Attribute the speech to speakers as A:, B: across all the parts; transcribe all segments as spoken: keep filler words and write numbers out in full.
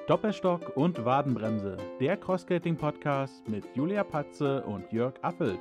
A: Doppelstock und Wadenbremse, der Crossskating-Podcast mit Julia Patze und Jörg Affelt.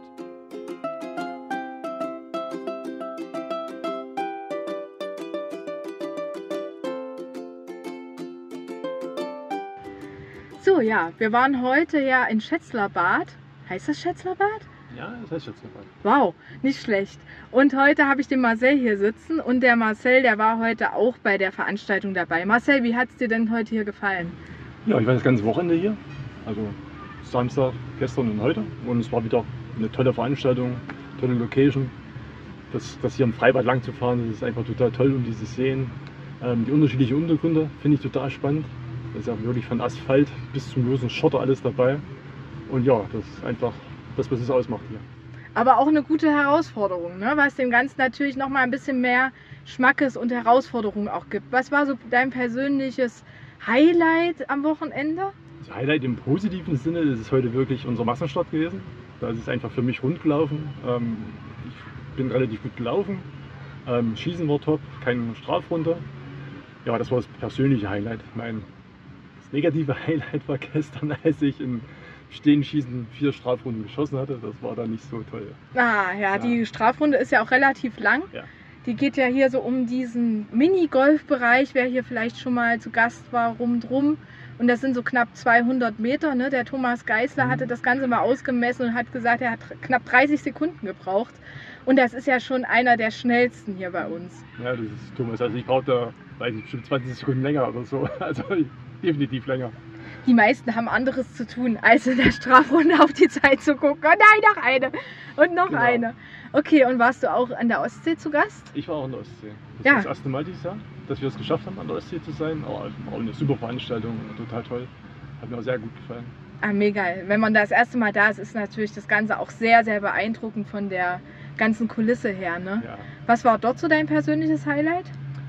B: So, ja, wir waren heute ja in Schätzlerbad. Heißt das Schätzlerbad?
C: Ja, das heißt Schätzlerbad.
B: Wow, nicht schlecht. Und heute habe ich den Marcel hier sitzen und der Marcel, der war heute auch bei der Veranstaltung dabei. Marcel, wie hat es dir denn heute hier gefallen?
C: Ja, ich war das ganze Wochenende hier, also Samstag, gestern und heute. Und es war wieder eine tolle Veranstaltung, tolle Location. Das, das hier im Freibad lang zu fahren, das ist einfach total toll, um dieses Sehen. Ähm, die unterschiedlichen Untergründe finde ich total spannend. Das ist ja wirklich von Asphalt bis zum losen Schotter alles dabei. Und ja, das ist einfach das, was es ausmacht hier.
B: Aber auch eine gute Herausforderung, ne? Was dem Ganzen natürlich noch mal ein bisschen mehr Schmackes und Herausforderung auch gibt. Was war so dein persönliches Highlight am Wochenende?
C: Das Highlight im positiven Sinne, das ist heute wirklich unser Massenstart gewesen. Da ist es einfach für mich rund gelaufen. Ähm, ich bin relativ gut gelaufen. Ähm, Schießen war top, kein Strafrunde. Ja, das war das persönliche Highlight. Mein das negative Highlight war gestern, als ich in Stehenschießen vier Strafrunden geschossen hatte. Das war dann nicht so toll.
B: Ah, ja,
C: Ja.
B: die Strafrunde ist ja auch relativ lang.
C: Ja.
B: Die geht ja hier so um diesen Mini-Golf-Bereich, wer hier vielleicht schon mal zu Gast war, rumdrum. Und das sind so knapp zweihundert Meter. Ne? Der Thomas Geisler
C: Mhm.
B: hatte das Ganze mal ausgemessen und hat gesagt, er hat knapp dreißig Sekunden gebraucht. Und das ist ja schon einer der schnellsten hier bei uns.
C: Ja, das ist Thomas. Also ich brauchte da weiß ich, bestimmt zwanzig Sekunden länger oder so. Also definitiv länger.
B: Die meisten haben anderes zu tun, als in der Strafrunde auf die Zeit zu gucken. Oh nein, noch eine und noch
C: Genau.
B: eine. Okay, und warst du auch an der Ostsee zu Gast?
C: Ich war auch in der Ostsee. Das
B: Ja.
C: ist das erste Mal dieses Jahr, dass wir es geschafft haben, an der Ostsee zu sein. Aber war auch eine super Veranstaltung, total toll. Hat mir auch sehr gut gefallen.
B: Ah, mega. Wenn man das erste Mal da ist, ist natürlich das Ganze auch sehr, sehr beeindruckend von der ganzen Kulisse her. Ne?
C: Ja.
B: Was war dort so dein persönliches Highlight?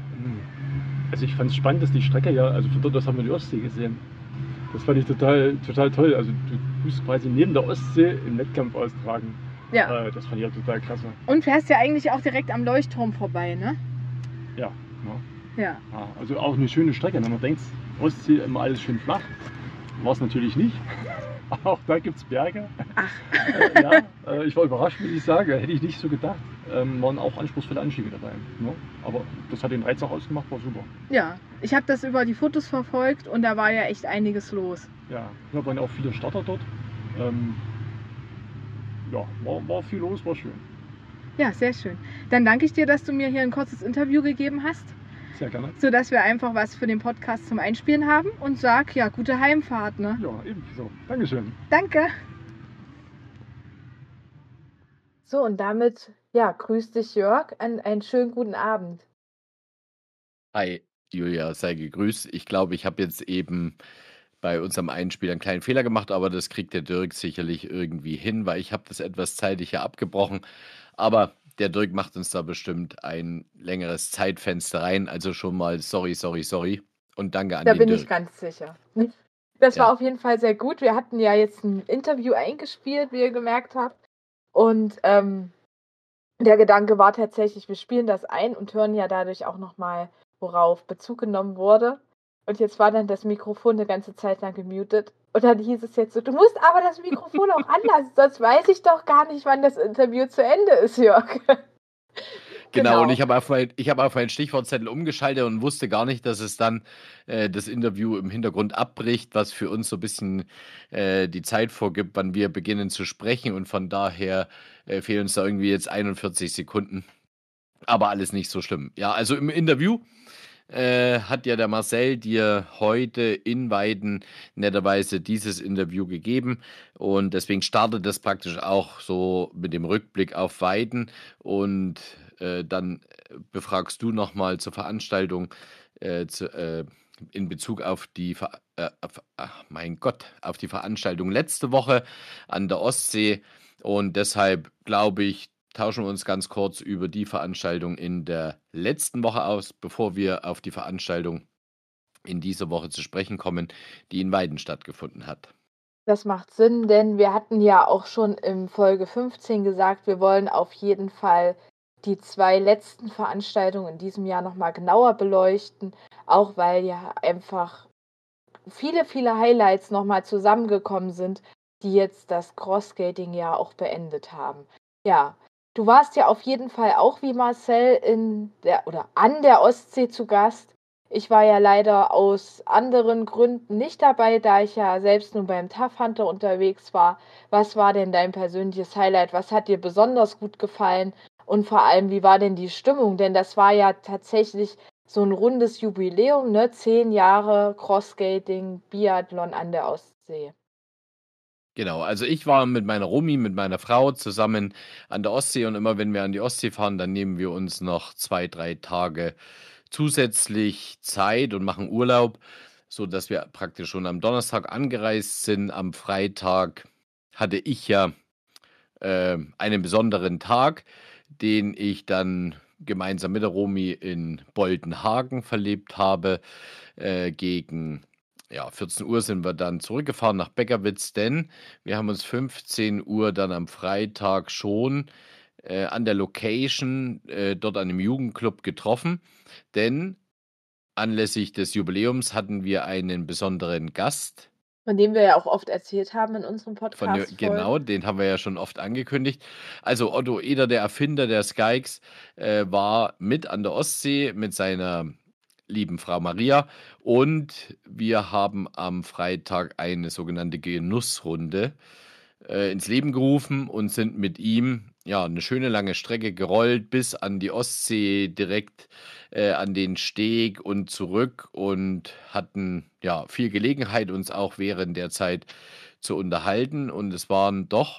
C: Also ich fand es spannend, dass die Strecke ja, also von dort aus haben wir die Ostsee gesehen. Das fand ich total, total toll. Also du musst quasi neben der Ostsee im Wettkampf austragen.
B: Ja.
C: Äh, das fand ich ja total klasse.
B: Und fährst ja eigentlich auch direkt am Leuchtturm vorbei, ne?
C: Ja, ja.
B: Ja.
C: Ja, also auch eine schöne Strecke. Wenn man denkt, Ostsee immer alles schön flach, war es natürlich nicht. Auch da gibt es Berge.
B: Ach.
C: Äh, ja, äh, ich war überrascht, muss ich sagen. Hätte ich nicht so gedacht. Ähm, waren auch anspruchsvolle Anstiege dabei. Ne? Aber das hat den Reiz auch ausgemacht, war super.
B: Ja, ich habe das über die Fotos verfolgt und da war ja echt einiges los.
C: Ja, da waren auch viele Starter dort. Ähm, ja, war, war viel los, war schön.
B: Ja, sehr schön. Dann danke ich dir, dass du mir hier ein kurzes Interview gegeben hast,
C: Sehr gerne.
B: sodass wir einfach was für den Podcast zum Einspielen haben und sag, ja, gute Heimfahrt, ne?
C: Ja, ebenso. Dankeschön.
B: Danke. So, und damit, ja, grüß dich, Jörg, einen, einen schönen guten Abend.
D: Hi, Julia, sei gegrüßt. Ich glaube, ich habe jetzt eben bei unserem Einspiel einen kleinen Fehler gemacht, aber das kriegt der Dirk sicherlich irgendwie hin, weil ich habe das etwas zeitig hier abgebrochen. Aber der Dirk macht uns da bestimmt ein längeres Zeitfenster rein. Also schon mal sorry, sorry, sorry. Und danke an
B: Da
D: den
B: bin
D: Dirk.
B: ich ganz sicher. Das
D: Ja.
B: war auf jeden Fall sehr gut. Wir hatten ja jetzt ein Interview eingespielt, wie ihr gemerkt habt. Und ähm, der Gedanke war tatsächlich, wir spielen das ein und hören ja dadurch auch nochmal, worauf Bezug genommen wurde. Und jetzt war dann das Mikrofon eine ganze Zeit lang gemutet. Und dann hieß es jetzt so, du musst aber das Mikrofon auch anlassen, sonst weiß ich doch gar nicht, wann das Interview zu Ende ist, Jörg.
D: Genau,
B: Genau.
D: und ich habe auf, mein- ich habe auf meinen Stichwortzettel umgeschaltet und wusste gar nicht, dass es dann äh, das Interview im Hintergrund abbricht, was für uns so ein bisschen äh, die Zeit vorgibt, wann wir beginnen zu sprechen. Und von daher äh, fehlen uns da irgendwie jetzt einundvierzig Sekunden. Aber alles nicht so schlimm. Ja, also im Interview äh, hat ja der Marcel dir heute in Weiden netterweise dieses Interview gegeben. Und deswegen startet das praktisch auch so mit dem Rückblick auf Weiden. Und äh, dann befragst du nochmal zur Veranstaltung äh, zu, äh, in Bezug auf die, Ver äh, auf, ach, mein Gott, auf die Veranstaltung letzte Woche an der Ostsee. Und deshalb glaube ich, tauschen wir uns ganz kurz über die Veranstaltung in der letzten Woche aus, bevor wir auf die Veranstaltung in dieser Woche zu sprechen kommen, die in Weiden stattgefunden hat.
B: Das macht Sinn, denn wir hatten ja auch schon in Folge fünfzehn gesagt, wir wollen auf jeden Fall die zwei letzten Veranstaltungen in diesem Jahr nochmal genauer beleuchten, auch weil ja einfach viele, viele Highlights nochmal zusammengekommen sind, die jetzt das Crossskating ja auch beendet haben. Ja, du warst ja auf jeden Fall auch wie Marcel in der oder an der Ostsee zu Gast. Ich war ja leider aus anderen Gründen nicht dabei, da ich ja selbst nur beim Tough Hunter unterwegs war. Was war denn dein persönliches Highlight? Was hat dir besonders gut gefallen? Und vor allem, wie war denn die Stimmung? Denn das war ja tatsächlich so ein rundes Jubiläum, ne? Zehn Jahre Crossskating, Biathlon an der Ostsee.
D: Genau, also ich war mit meiner Romi, mit meiner Frau zusammen an der Ostsee und immer wenn wir an die Ostsee fahren, dann nehmen wir uns noch zwei, drei Tage zusätzlich Zeit und machen Urlaub, sodass wir praktisch schon am Donnerstag angereist sind. Am Freitag hatte ich ja äh, einen besonderen Tag, den ich dann gemeinsam mit der Romi in Boltenhagen verlebt habe. Äh, gegen ja, vierzehn Uhr sind wir dann zurückgefahren nach Beckerwitz, denn wir haben uns fünfzehn Uhr dann am Freitag schon äh, an der Location äh, dort an dem Jugendclub getroffen, denn anlässlich des Jubiläums hatten wir einen besonderen Gast.
B: Von dem wir ja auch oft erzählt haben in unseren
D: Von dem,
B: Podcast-Folgen.
D: genau, den haben wir ja schon oft angekündigt. Also Otto Eder, der Erfinder der Skikes, äh, war mit an der Ostsee mit seiner lieben Frau Maria und wir haben am Freitag eine sogenannte Genussrunde äh, ins Leben gerufen und sind mit ihm ja eine schöne lange Strecke gerollt bis an die Ostsee, direkt äh, an den Steg und zurück und hatten ja viel Gelegenheit, uns auch während der Zeit zu unterhalten. Und es waren doch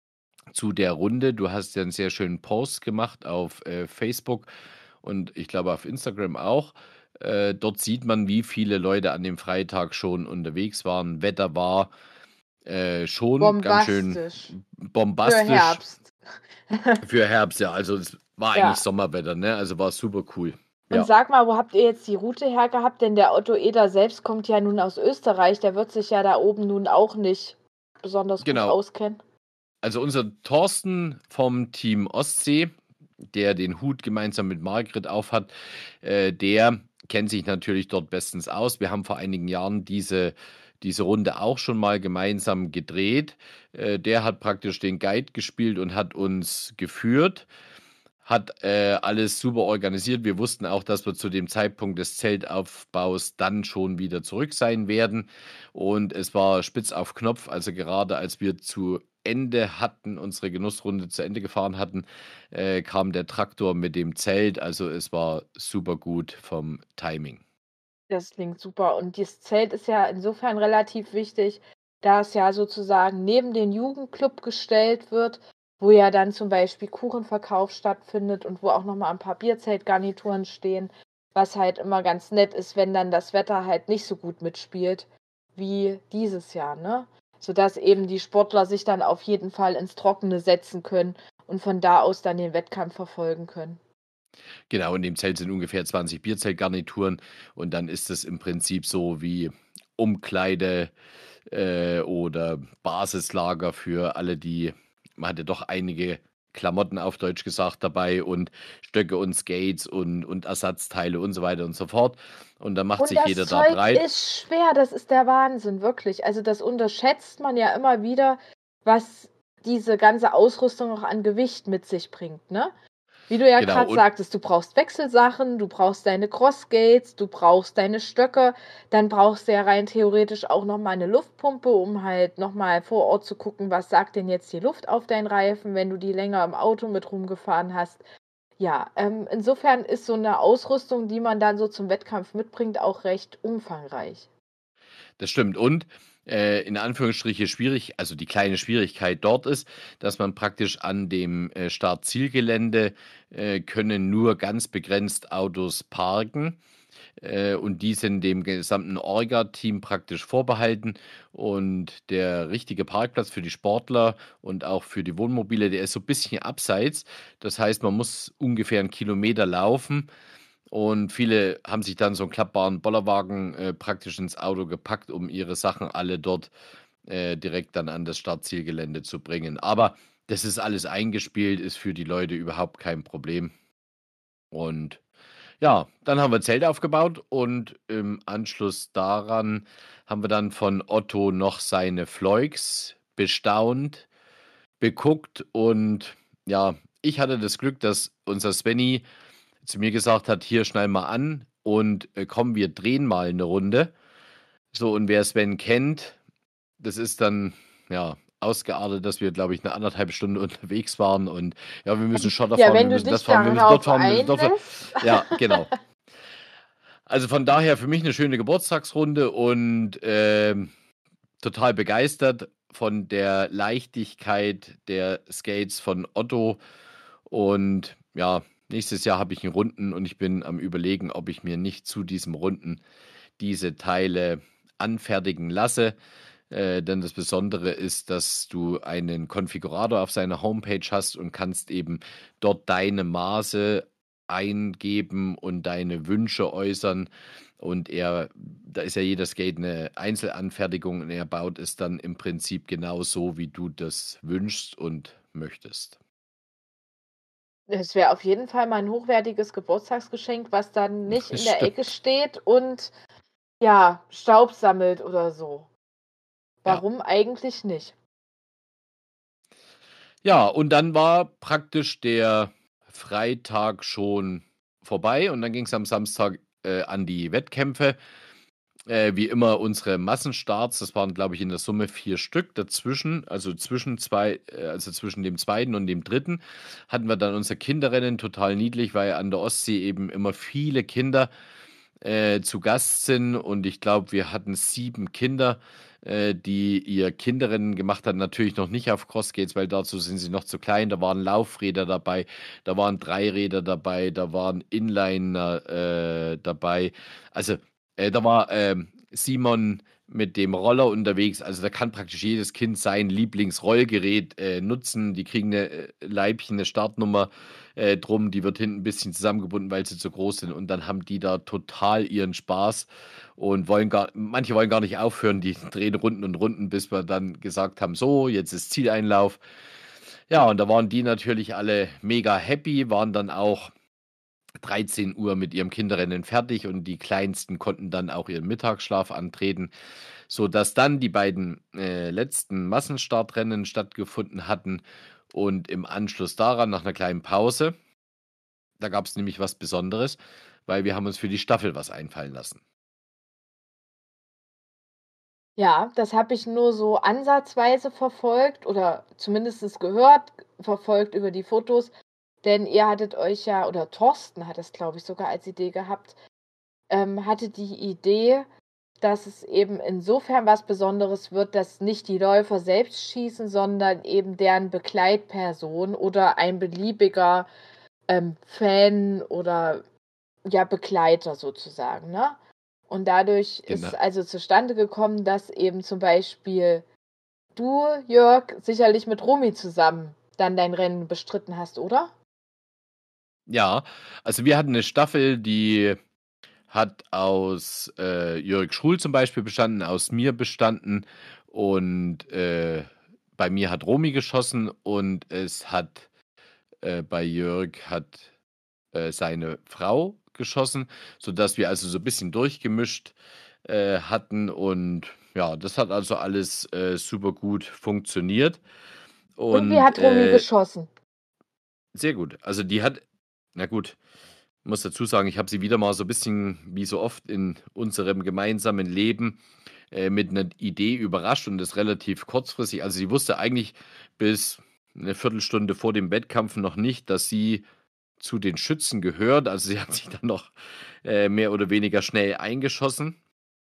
D: zu der Runde, du hast ja einen sehr schönen Post gemacht auf äh, Facebook und ich glaube auf Instagram auch. Äh, dort sieht man, wie viele Leute an dem Freitag schon unterwegs waren. Wetter war äh, schon ganz schön
B: Bombastisch. Für
D: bombastisch
B: Herbst.
D: für Herbst, ja. Also es war
B: Ja.
D: eigentlich Sommerwetter, ne? Also war super cool.
B: Und
D: Ja.
B: sag mal, wo habt ihr jetzt die Route hergehabt? Denn der Otto Eder selbst kommt ja nun aus Österreich. Der wird sich ja da oben nun auch nicht besonders gut
D: Genau.
B: auskennen.
D: Also unser Thorsten vom Team Ostsee, der den Hut gemeinsam mit Margret aufhat, äh, der kennt sich natürlich dort bestens aus. Wir haben vor einigen Jahren diese, diese Runde auch schon mal gemeinsam gedreht. Äh, der hat praktisch den Guide gespielt und hat uns geführt. Hat äh, alles super organisiert. Wir wussten auch, dass wir zu dem Zeitpunkt des Zeltaufbaus dann schon wieder zurück sein werden. Und es war spitz auf Knopf. Also gerade als wir zu Ende hatten, unsere Genussrunde zu Ende gefahren hatten, äh, kam der Traktor mit dem Zelt. Also es war super gut vom Timing.
B: Das klingt super. Und das Zelt ist ja insofern relativ wichtig, da es ja sozusagen neben den Jugendclub gestellt wird, wo ja dann zum Beispiel Kuchenverkauf stattfindet und wo auch nochmal ein paar Bierzeltgarnituren stehen, was halt immer ganz nett ist, wenn dann das Wetter halt nicht so gut mitspielt wie dieses Jahr, ne? Sodass eben die Sportler sich dann auf jeden Fall ins Trockene setzen können und von da aus dann den Wettkampf verfolgen können.
D: Genau, in dem Zelt sind ungefähr zwanzig Bierzeltgarnituren und dann ist es im Prinzip so wie Umkleide äh, oder Basislager für alle, die, man hatte doch einige Klamotten auf Deutsch gesagt dabei und Stöcke und Skates und, und Ersatzteile und so weiter und so fort. Und dann macht
B: Und
D: sich
B: das
D: jeder da
B: Zeug
D: breit.
B: ist schwer, das ist der Wahnsinn, wirklich. Also das unterschätzt man ja immer wieder, was diese ganze Ausrüstung auch an Gewicht mit sich bringt, ne? Wie du ja
D: Genau,
B: gerade
D: und
B: sagtest, du brauchst Wechselsachen, du brauchst deine Crossgates, du brauchst deine Stöcke, dann brauchst du ja rein theoretisch auch nochmal eine Luftpumpe, um halt nochmal vor Ort zu gucken, was sagt denn jetzt die Luft auf deinen Reifen, wenn du die länger im Auto mit rumgefahren hast. Ja, ähm, insofern ist so eine Ausrüstung, die man dann so zum Wettkampf mitbringt, auch recht umfangreich.
D: das stimmt. Und äh, in Anführungsstriche schwierig, also die kleine Schwierigkeit dort ist, dass man praktisch an dem äh, Start-Zielgelände äh, können nur ganz begrenzt Autos parken. Äh, und die sind dem gesamten Orga-Team praktisch vorbehalten. Und der richtige Parkplatz für die Sportler und auch für die Wohnmobile, der ist so ein bisschen abseits. Das heißt, man muss ungefähr einen Kilometer laufen. Und viele haben sich dann so einen klappbaren Bollerwagen äh, praktisch ins Auto gepackt, um ihre Sachen alle dort äh, direkt dann an das Startzielgelände zu bringen. Aber das ist alles eingespielt, ist für die Leute überhaupt kein Problem. Und Ja, dann haben wir Zelt aufgebaut und im Anschluss daran haben wir dann von Otto noch seine Flojks bestaunt, beguckt und ja, ich hatte das Glück, dass unser Svenny zu mir gesagt hat: „Hier, schnall mal an und, äh, komm, wir drehen mal eine Runde." So, und wer Sven kennt, das ist dann, ja, ausgeartet, dass wir, glaube ich, eine anderthalb Stunde unterwegs waren und ja, wir müssen Schotter
B: Ja,
D: fahren, wir
B: wenn du
D: müssen das
B: dich
D: fahren, wir müssen dort
B: darauf
D: fahren, wir müssen dort fahren.
B: einlässt.
D: Ja, genau. Also von daher für mich eine schöne Geburtstagsrunde und, ähm, total begeistert von der Leichtigkeit der Skates von Otto. Und ja, nächstes Jahr habe ich einen Runden und ich bin am Überlegen, ob ich mir nicht zu diesem Runden diese Teile anfertigen lasse. Äh, denn das Besondere ist, dass du einen Konfigurator auf seiner Homepage hast und kannst eben dort deine Maße eingeben und deine Wünsche äußern. Und er, da ist ja jeder Skate eine Einzelanfertigung und er baut es dann im Prinzip genau so, wie du das wünschst und möchtest.
B: Es wäre auf jeden Fall mal ein hochwertiges Geburtstagsgeschenk, was dann nicht
D: Das
B: in der Ecke
D: stimmt.
B: steht und ja, Staub sammelt oder so.
D: Ja.
B: Warum eigentlich nicht?
D: Ja, und dann war praktisch der Freitag schon vorbei und dann ging es am Samstag, äh, an die Wettkämpfe. Äh, wie immer unsere Massenstarts, das waren, glaube ich, in der Summe vier Stück dazwischen, also zwischen zwei äh, also zwischen dem zweiten und dem dritten hatten wir dann unser Kinderrennen, total niedlich, weil an der Ostsee eben immer viele Kinder, äh, zu Gast sind und ich glaube, wir hatten sieben Kinder, äh, die ihr Kinderrennen gemacht hatten. Natürlich noch nicht auf Crossgates, weil dazu sind sie noch zu klein. Da waren Laufräder dabei, da waren Dreiräder dabei, da waren Inliner, äh, dabei. Also, äh, da war, ähm, Simon mit dem Roller unterwegs. Also, da kann praktisch jedes Kind sein Lieblingsrollgerät, äh, nutzen. Die kriegen 'ne, äh, Leibchen, 'ne Startnummer, äh, drum. Die wird hinten 'n bisschen zusammengebunden, weil sie zu groß sind und dann haben die da total ihren Spaß und wollen gar manche wollen gar nicht aufhören, die drehen Runden und Runden, bis wir dann gesagt haben: „So, jetzt ist Zieleinlauf." Ja, und da waren die natürlich alle mega happy, waren dann auch dreizehn Uhr mit ihrem Kinderrennen fertig und die Kleinsten konnten dann auch ihren Mittagsschlaf antreten, sodass dann die beiden, äh, letzten Massenstartrennen stattgefunden hatten und im Anschluss daran nach einer kleinen Pause, da gab es nämlich was Besonderes, weil wir haben uns für die Staffel was einfallen lassen.
B: Ja, das habe ich nur so ansatzweise verfolgt oder zumindest gehört, verfolgt über die Fotos, denn ihr hattet euch ja oder Thorsten hat es, glaube ich, sogar als Idee gehabt, ähm, hatte die Idee, dass es eben insofern was Besonderes wird, dass nicht die Läufer selbst schießen, sondern eben deren Begleitperson oder ein beliebiger, ähm, Fan oder, ja, Begleiter sozusagen, ne? Und dadurch
D: Gena
B: ist also zustande gekommen, dass eben zum Beispiel du, Jörg, sicherlich mit Romy zusammen dann dein Rennen bestritten hast, oder?
D: Ja, also wir hatten eine Staffel, die hat aus, äh, Jörg Schrull zum Beispiel bestanden, aus mir bestanden und, äh, bei mir hat Romy geschossen und es hat, äh, bei Jörg hat, äh, seine Frau geschossen, sodass wir also so ein bisschen durchgemischt, äh, hatten und ja, das hat also alles, äh, super gut funktioniert
B: Und wie
D: und,
B: hat Romy
D: äh
B: geschossen?
D: sehr gut. Also, die hat na gut, muss dazu sagen, ich habe sie wieder mal so ein bisschen wie so oft in unserem gemeinsamen Leben, äh, mit einer Idee überrascht und das relativ kurzfristig. Also, sie wusste eigentlich bis eine Viertelstunde vor dem Wettkampf noch nicht, dass sie zu den Schützen gehört. Also, sie hat sich dann noch, äh, mehr oder weniger schnell eingeschossen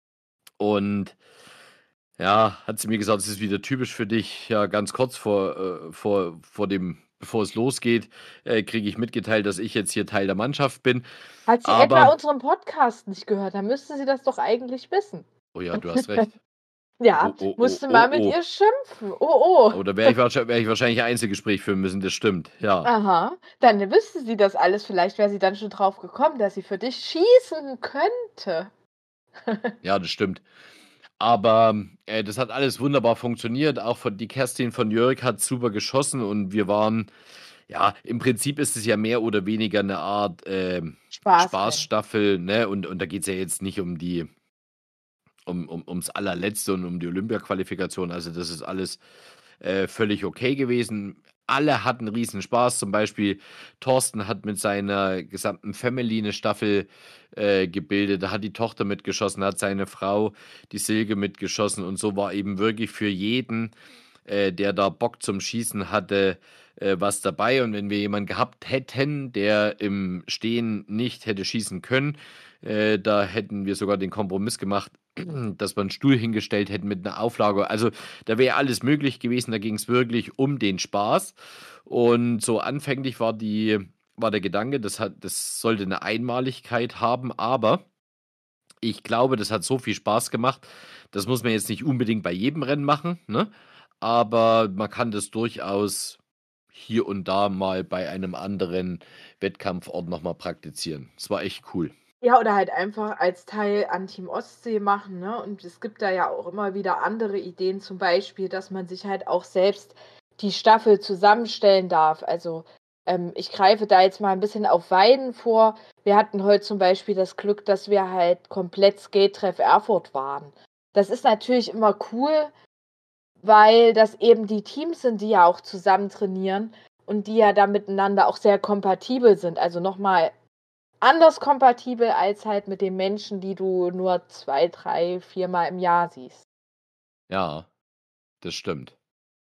D: und ja, hat sie mir gesagt: „Das ist wieder typisch für dich. Ja, ganz kurz vor äh, vor vor dem bevor es losgeht, äh, kriege ich mitgeteilt, dass ich jetzt hier Teil der Mannschaft bin."
B: Hat sie etwa
D: Aber
B: unseren Podcast nicht gehört? Dann müsste sie das doch eigentlich wissen.
D: oh ja, du hast recht.
B: Ja,
D: Oh, oh, oh,
B: musste mal
D: oh,
B: mit
D: oh.
B: ihr schimpfen. Oh,
D: Oh,
B: oh.
D: da wäre ich wahrschei wäre ich wahrscheinlich ein Einzelgespräch führen müssen, das stimmt, ja.
B: Aha, dann wüsste sie das alles. Vielleicht wäre sie dann schon drauf gekommen, dass sie für dich schießen könnte.
D: Ja, das stimmt. Aber, äh, das hat alles wunderbar funktioniert. Auch von die Kerstin von Jörg hat super geschossen und wir waren Ja, im Prinzip ist es ja mehr oder weniger eine Art ähm,
B: Spaßrennen.
D: Spaßstaffel, ne? Und, und da geht es ja jetzt nicht um die, um, um, ums allerletzte und um die Olympia-Qualifikation. Also das ist alles äh, völlig okay gewesen. Alle hatten riesen Spaß. Zum Beispiel Thorsten hat mit seiner gesamten Family eine Staffel äh, gebildet. Da hat die Tochter mitgeschossen, hat seine Frau, die Silke, mitgeschossen. Und so war eben wirklich für jeden, äh, der da Bock zum Schießen hatte, äh, was dabei. Und wenn wir jemanden gehabt hätten, der im Stehen nicht hätte schießen können, äh, da hätten wir sogar den Kompromiss gemacht, dass wir einen Stuhl hingestellt hätten mit einer Auflage. Also da wäre alles möglich gewesen. Da ging es wirklich um den Spaß. Und so anfänglich war die, war der Gedanke, das hat, das sollte eine Einmaligkeit haben, aber ich glaube, das hat so viel Spaß gemacht. Das muss man jetzt nicht unbedingt bei jedem Rennen machen, ne? Aber man kann das durchaus hier und da mal bei einem anderen Wettkampfort nochmal praktizieren. Das war echt cool.
B: Ja, oder halt einfach als Teil an Team Ostsee machen, ne? Und es gibt da ja auch immer wieder andere Ideen, zum Beispiel, dass man sich halt auch selbst die Staffel zusammenstellen darf. Also ähm, ich greife da jetzt mal ein bisschen auf Weiden vor. Wir hatten heute zum Beispiel das Glück, dass wir halt komplett Skate-Treff Erfurt waren. Das ist natürlich immer cool, weil das eben die Teams sind, die ja auch zusammen trainieren und die ja da miteinander auch sehr kompatibel sind. Also nochmal anders kompatibel als halt mit den Menschen, die du nur zwei, drei, viermal im Jahr siehst.
D: Ja, das stimmt.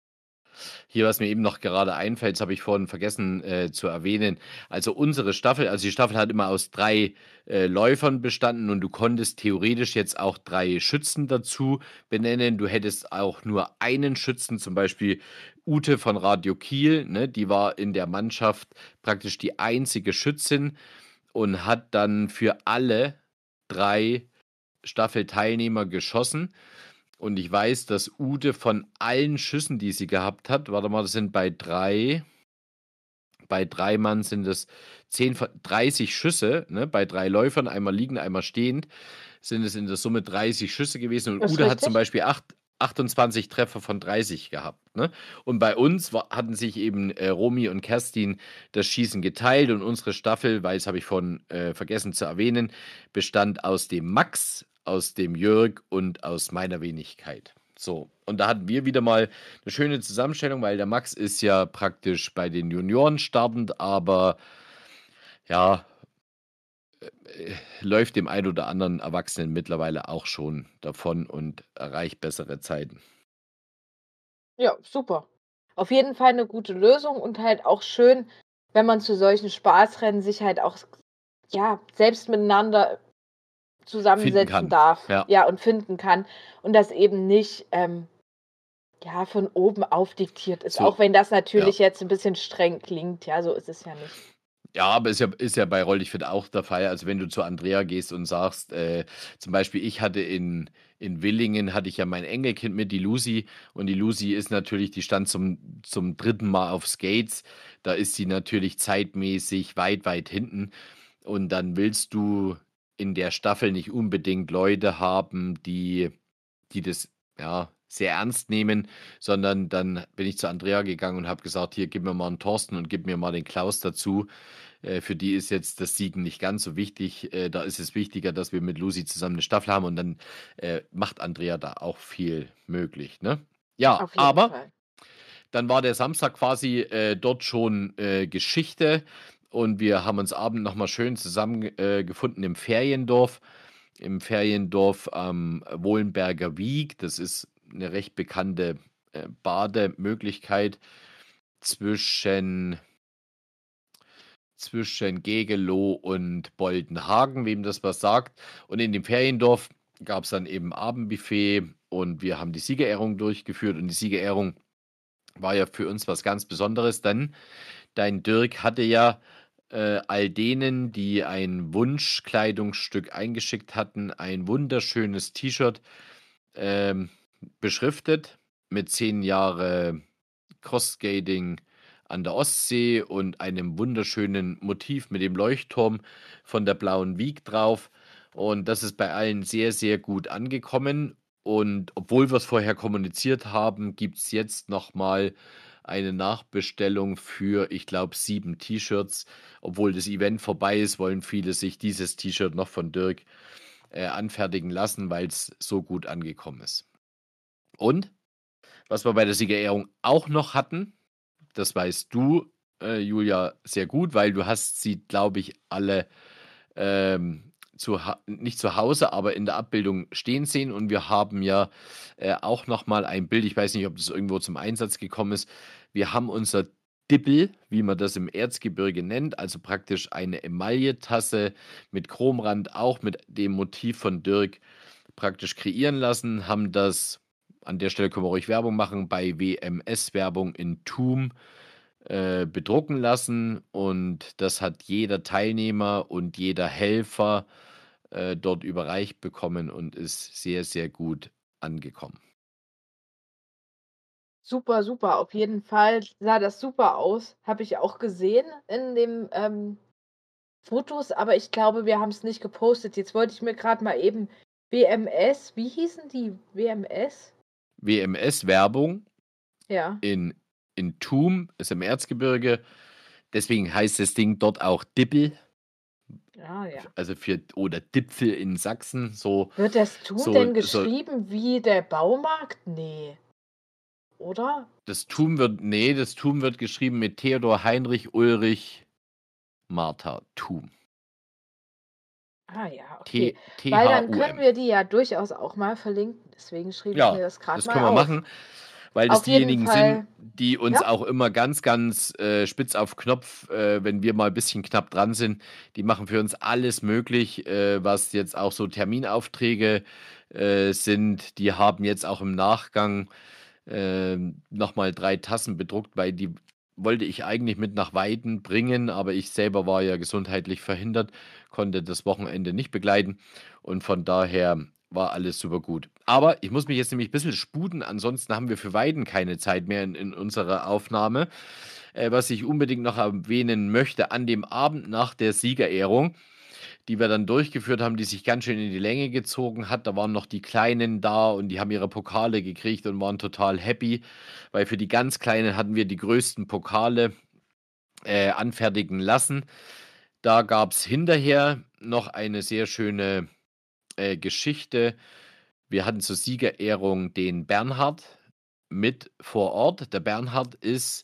D: Hier, was mir eben noch gerade einfällt, das habe ich vorhin vergessen äh, zu erwähnen. Also unsere Staffel, also die Staffel hat immer aus drei äh, Läufern bestanden und du konntest theoretisch jetzt auch drei Schützen dazu benennen. Du hättest auch nur einen Schützen, zum Beispiel Ute von Radio Kiel, ne, die war in der Mannschaft praktisch die einzige Schützin und hat dann für alle drei Staffelteilnehmer geschossen. Und ich weiß, dass Ute von allen Schüssen, die sie gehabt hat, warte mal, das sind bei drei, bei drei Mann sind es zehn, dreißig Schüsse, ne? Bei drei Läufern, einmal liegend, einmal stehend, sind es in der Summe dreißig Schüsse gewesen. Und
B: Das ist
D: Ute hat zum
B: richtig.
D: Beispiel acht, achtundzwanzig Treffer von dreißig gehabt. Ne? Und bei uns war, hatten sich eben äh, Romy und Kerstin das Schießen geteilt und unsere Staffel, weil das habe ich vorhin äh, vergessen zu erwähnen, bestand aus dem Max, aus dem Jörg und aus meiner Wenigkeit. So, und da hatten wir wieder mal eine schöne Zusammenstellung, weil der Max ist ja praktisch bei den Junioren startend, aber ja, äh, läuft dem einen oder anderen Erwachsenen mittlerweile auch schon davon und erreicht bessere Zeiten.
B: Ja, super. Auf jeden Fall eine gute Lösung und halt auch schön, wenn man zu solchen Spaßrennen sich halt auch ja, selbst miteinander
D: Finden
B: zusammensetzen
D: kann.
B: darf.
D: Ja.
B: Ja, und finden kann. Und das eben nicht ähm, ja, von oben aufdiktiert ist.
D: So,
B: Auch wenn das
D: ja.
B: natürlich jetzt ein bisschen streng klingt. Ja, so ist es ja nicht.
D: Ja, aber ist ja, ist ja bei Roll dich fit auch der Fall. Also wenn du zu Andrea gehst und sagst, äh, zum Beispiel, ich hatte in, in Willingen, hatte ich ja mein Enkelkind mit, die Lucy. Und die Lucy ist natürlich, die stand zum, zum dritten Mal auf Skates. Da ist sie natürlich zeitmäßig weit, weit hinten. Und dann willst du in der Staffel nicht unbedingt Leute haben, die, die das ja sehr ernst nehmen, sondern dann bin ich zu Andrea gegangen und habe gesagt, hier, gib mir mal einen Thorsten und gib mir mal den Klaus dazu. Äh, für die ist jetzt das Siegen nicht ganz so wichtig. Äh, da ist es wichtiger, dass wir mit Lucy zusammen eine Staffel haben und dann äh, macht Andrea da auch viel möglich. Ne? Ja,
B: Auf jeden
D: aber
B: Fall.
D: dann war der Samstag quasi äh, dort schon äh, Geschichte und wir haben uns abend nochmal schön zusammengefunden äh, im Feriendorf. Im Feriendorf am Wohlenberger Wieg. Das ist eine recht bekannte äh, Bademöglichkeit zwischen, zwischen Gegelow und Boldenhagen, wem das was sagt. Und in dem Feriendorf gab es dann eben Abendbuffet und wir haben die Siegerehrung durchgeführt. Und die Siegerehrung war ja für uns was ganz Besonderes, denn dein Dirk hatte ja äh, all denen, die ein Wunschkleidungsstück eingeschickt hatten, ein wunderschönes T-Shirt ähm, beschriftet mit zehn Jahre Crossskating an der Ostsee und einem wunderschönen Motiv mit dem Leuchtturm von der Blauen Wieg drauf. Und das ist bei allen sehr, sehr gut angekommen. Und obwohl wir es vorher kommuniziert haben, gibt es jetzt nochmal eine Nachbestellung für, ich glaube, sieben T-Shirts. Obwohl das Event vorbei ist, wollen viele sich dieses T-Shirt noch von Dirk äh, anfertigen lassen, weil es so gut angekommen ist. Und was wir bei der Siegerehrung auch noch hatten, das weißt du, äh, Julia, sehr gut, weil du hast sie, glaube ich, alle ähm, zu ha- nicht zu Hause, aber in der Abbildung stehen sehen. Und wir haben ja äh, auch noch mal ein Bild, ich weiß nicht, ob das irgendwo zum Einsatz gekommen ist. Wir haben unser Dippel, wie man das im Erzgebirge nennt, also praktisch eine Emailletasse mit Chromrand, auch mit dem Motiv von Dirk praktisch kreieren lassen, haben das, an der Stelle können wir ruhig Werbung machen, bei W M S-Werbung in Thum äh, bedrucken lassen, und das hat jeder Teilnehmer und jeder Helfer äh, dort überreicht bekommen und ist sehr, sehr gut angekommen.
B: Super, super. Auf jeden Fall sah das super aus. Habe ich auch gesehen in den ähm, Fotos, aber ich glaube, wir haben es nicht gepostet. Jetzt wollte ich mir gerade mal eben W M S, wie hießen die? W M S?
D: W M S-Werbung
B: Ja.
D: in, in Thum, ist im Erzgebirge. Deswegen heißt das Ding dort auch Dippel,
B: Ah, ja.
D: also für, oder Dipfel in Sachsen. So,
B: Wird das Thun
D: so,
B: denn
D: so
B: geschrieben wie der Baumarkt? Nee. Oder?
D: das Thum wird, nee, das Thum wird geschrieben mit Theodor Heinrich Ulrich Martha Thum.
B: Ah ja, okay.
D: T
B: Weil
D: H
B: dann
D: U
B: können
D: M.
B: wir die ja durchaus auch mal verlinken. Deswegen schrieb ich mir
D: Ja,
B: das gerade
D: das
B: mal
D: können wir
B: auf.
D: machen, weil das
B: Auf jeden
D: diejenigen sind,
B: Fall,
D: die uns
B: ja,
D: auch immer ganz, ganz äh, spitz auf Knopf, äh, wenn wir mal ein bisschen knapp dran sind, die machen für uns alles möglich, äh, was jetzt auch so Terminaufträge äh, sind. Die haben jetzt auch im Nachgang äh, nochmal drei Tassen bedruckt, weil die wollte ich eigentlich mit nach Weiden bringen, aber ich selber war ja gesundheitlich verhindert, konnte das Wochenende nicht begleiten, und von daher war alles super gut. Aber ich muss mich jetzt nämlich ein bisschen sputen, ansonsten haben wir für Weiden keine Zeit mehr in, in unserer Aufnahme. Äh, was ich unbedingt noch erwähnen möchte, an dem Abend nach der Siegerehrung, die wir dann durchgeführt haben, die sich ganz schön in die Länge gezogen hat. Da waren noch die Kleinen da und die haben ihre Pokale gekriegt und waren total happy, weil für die ganz Kleinen hatten wir die größten Pokale äh, anfertigen lassen. Da gab es hinterher noch eine sehr schöne äh, Geschichte. Wir hatten zur Siegerehrung den Bernhard mit vor Ort. Der Bernhard ist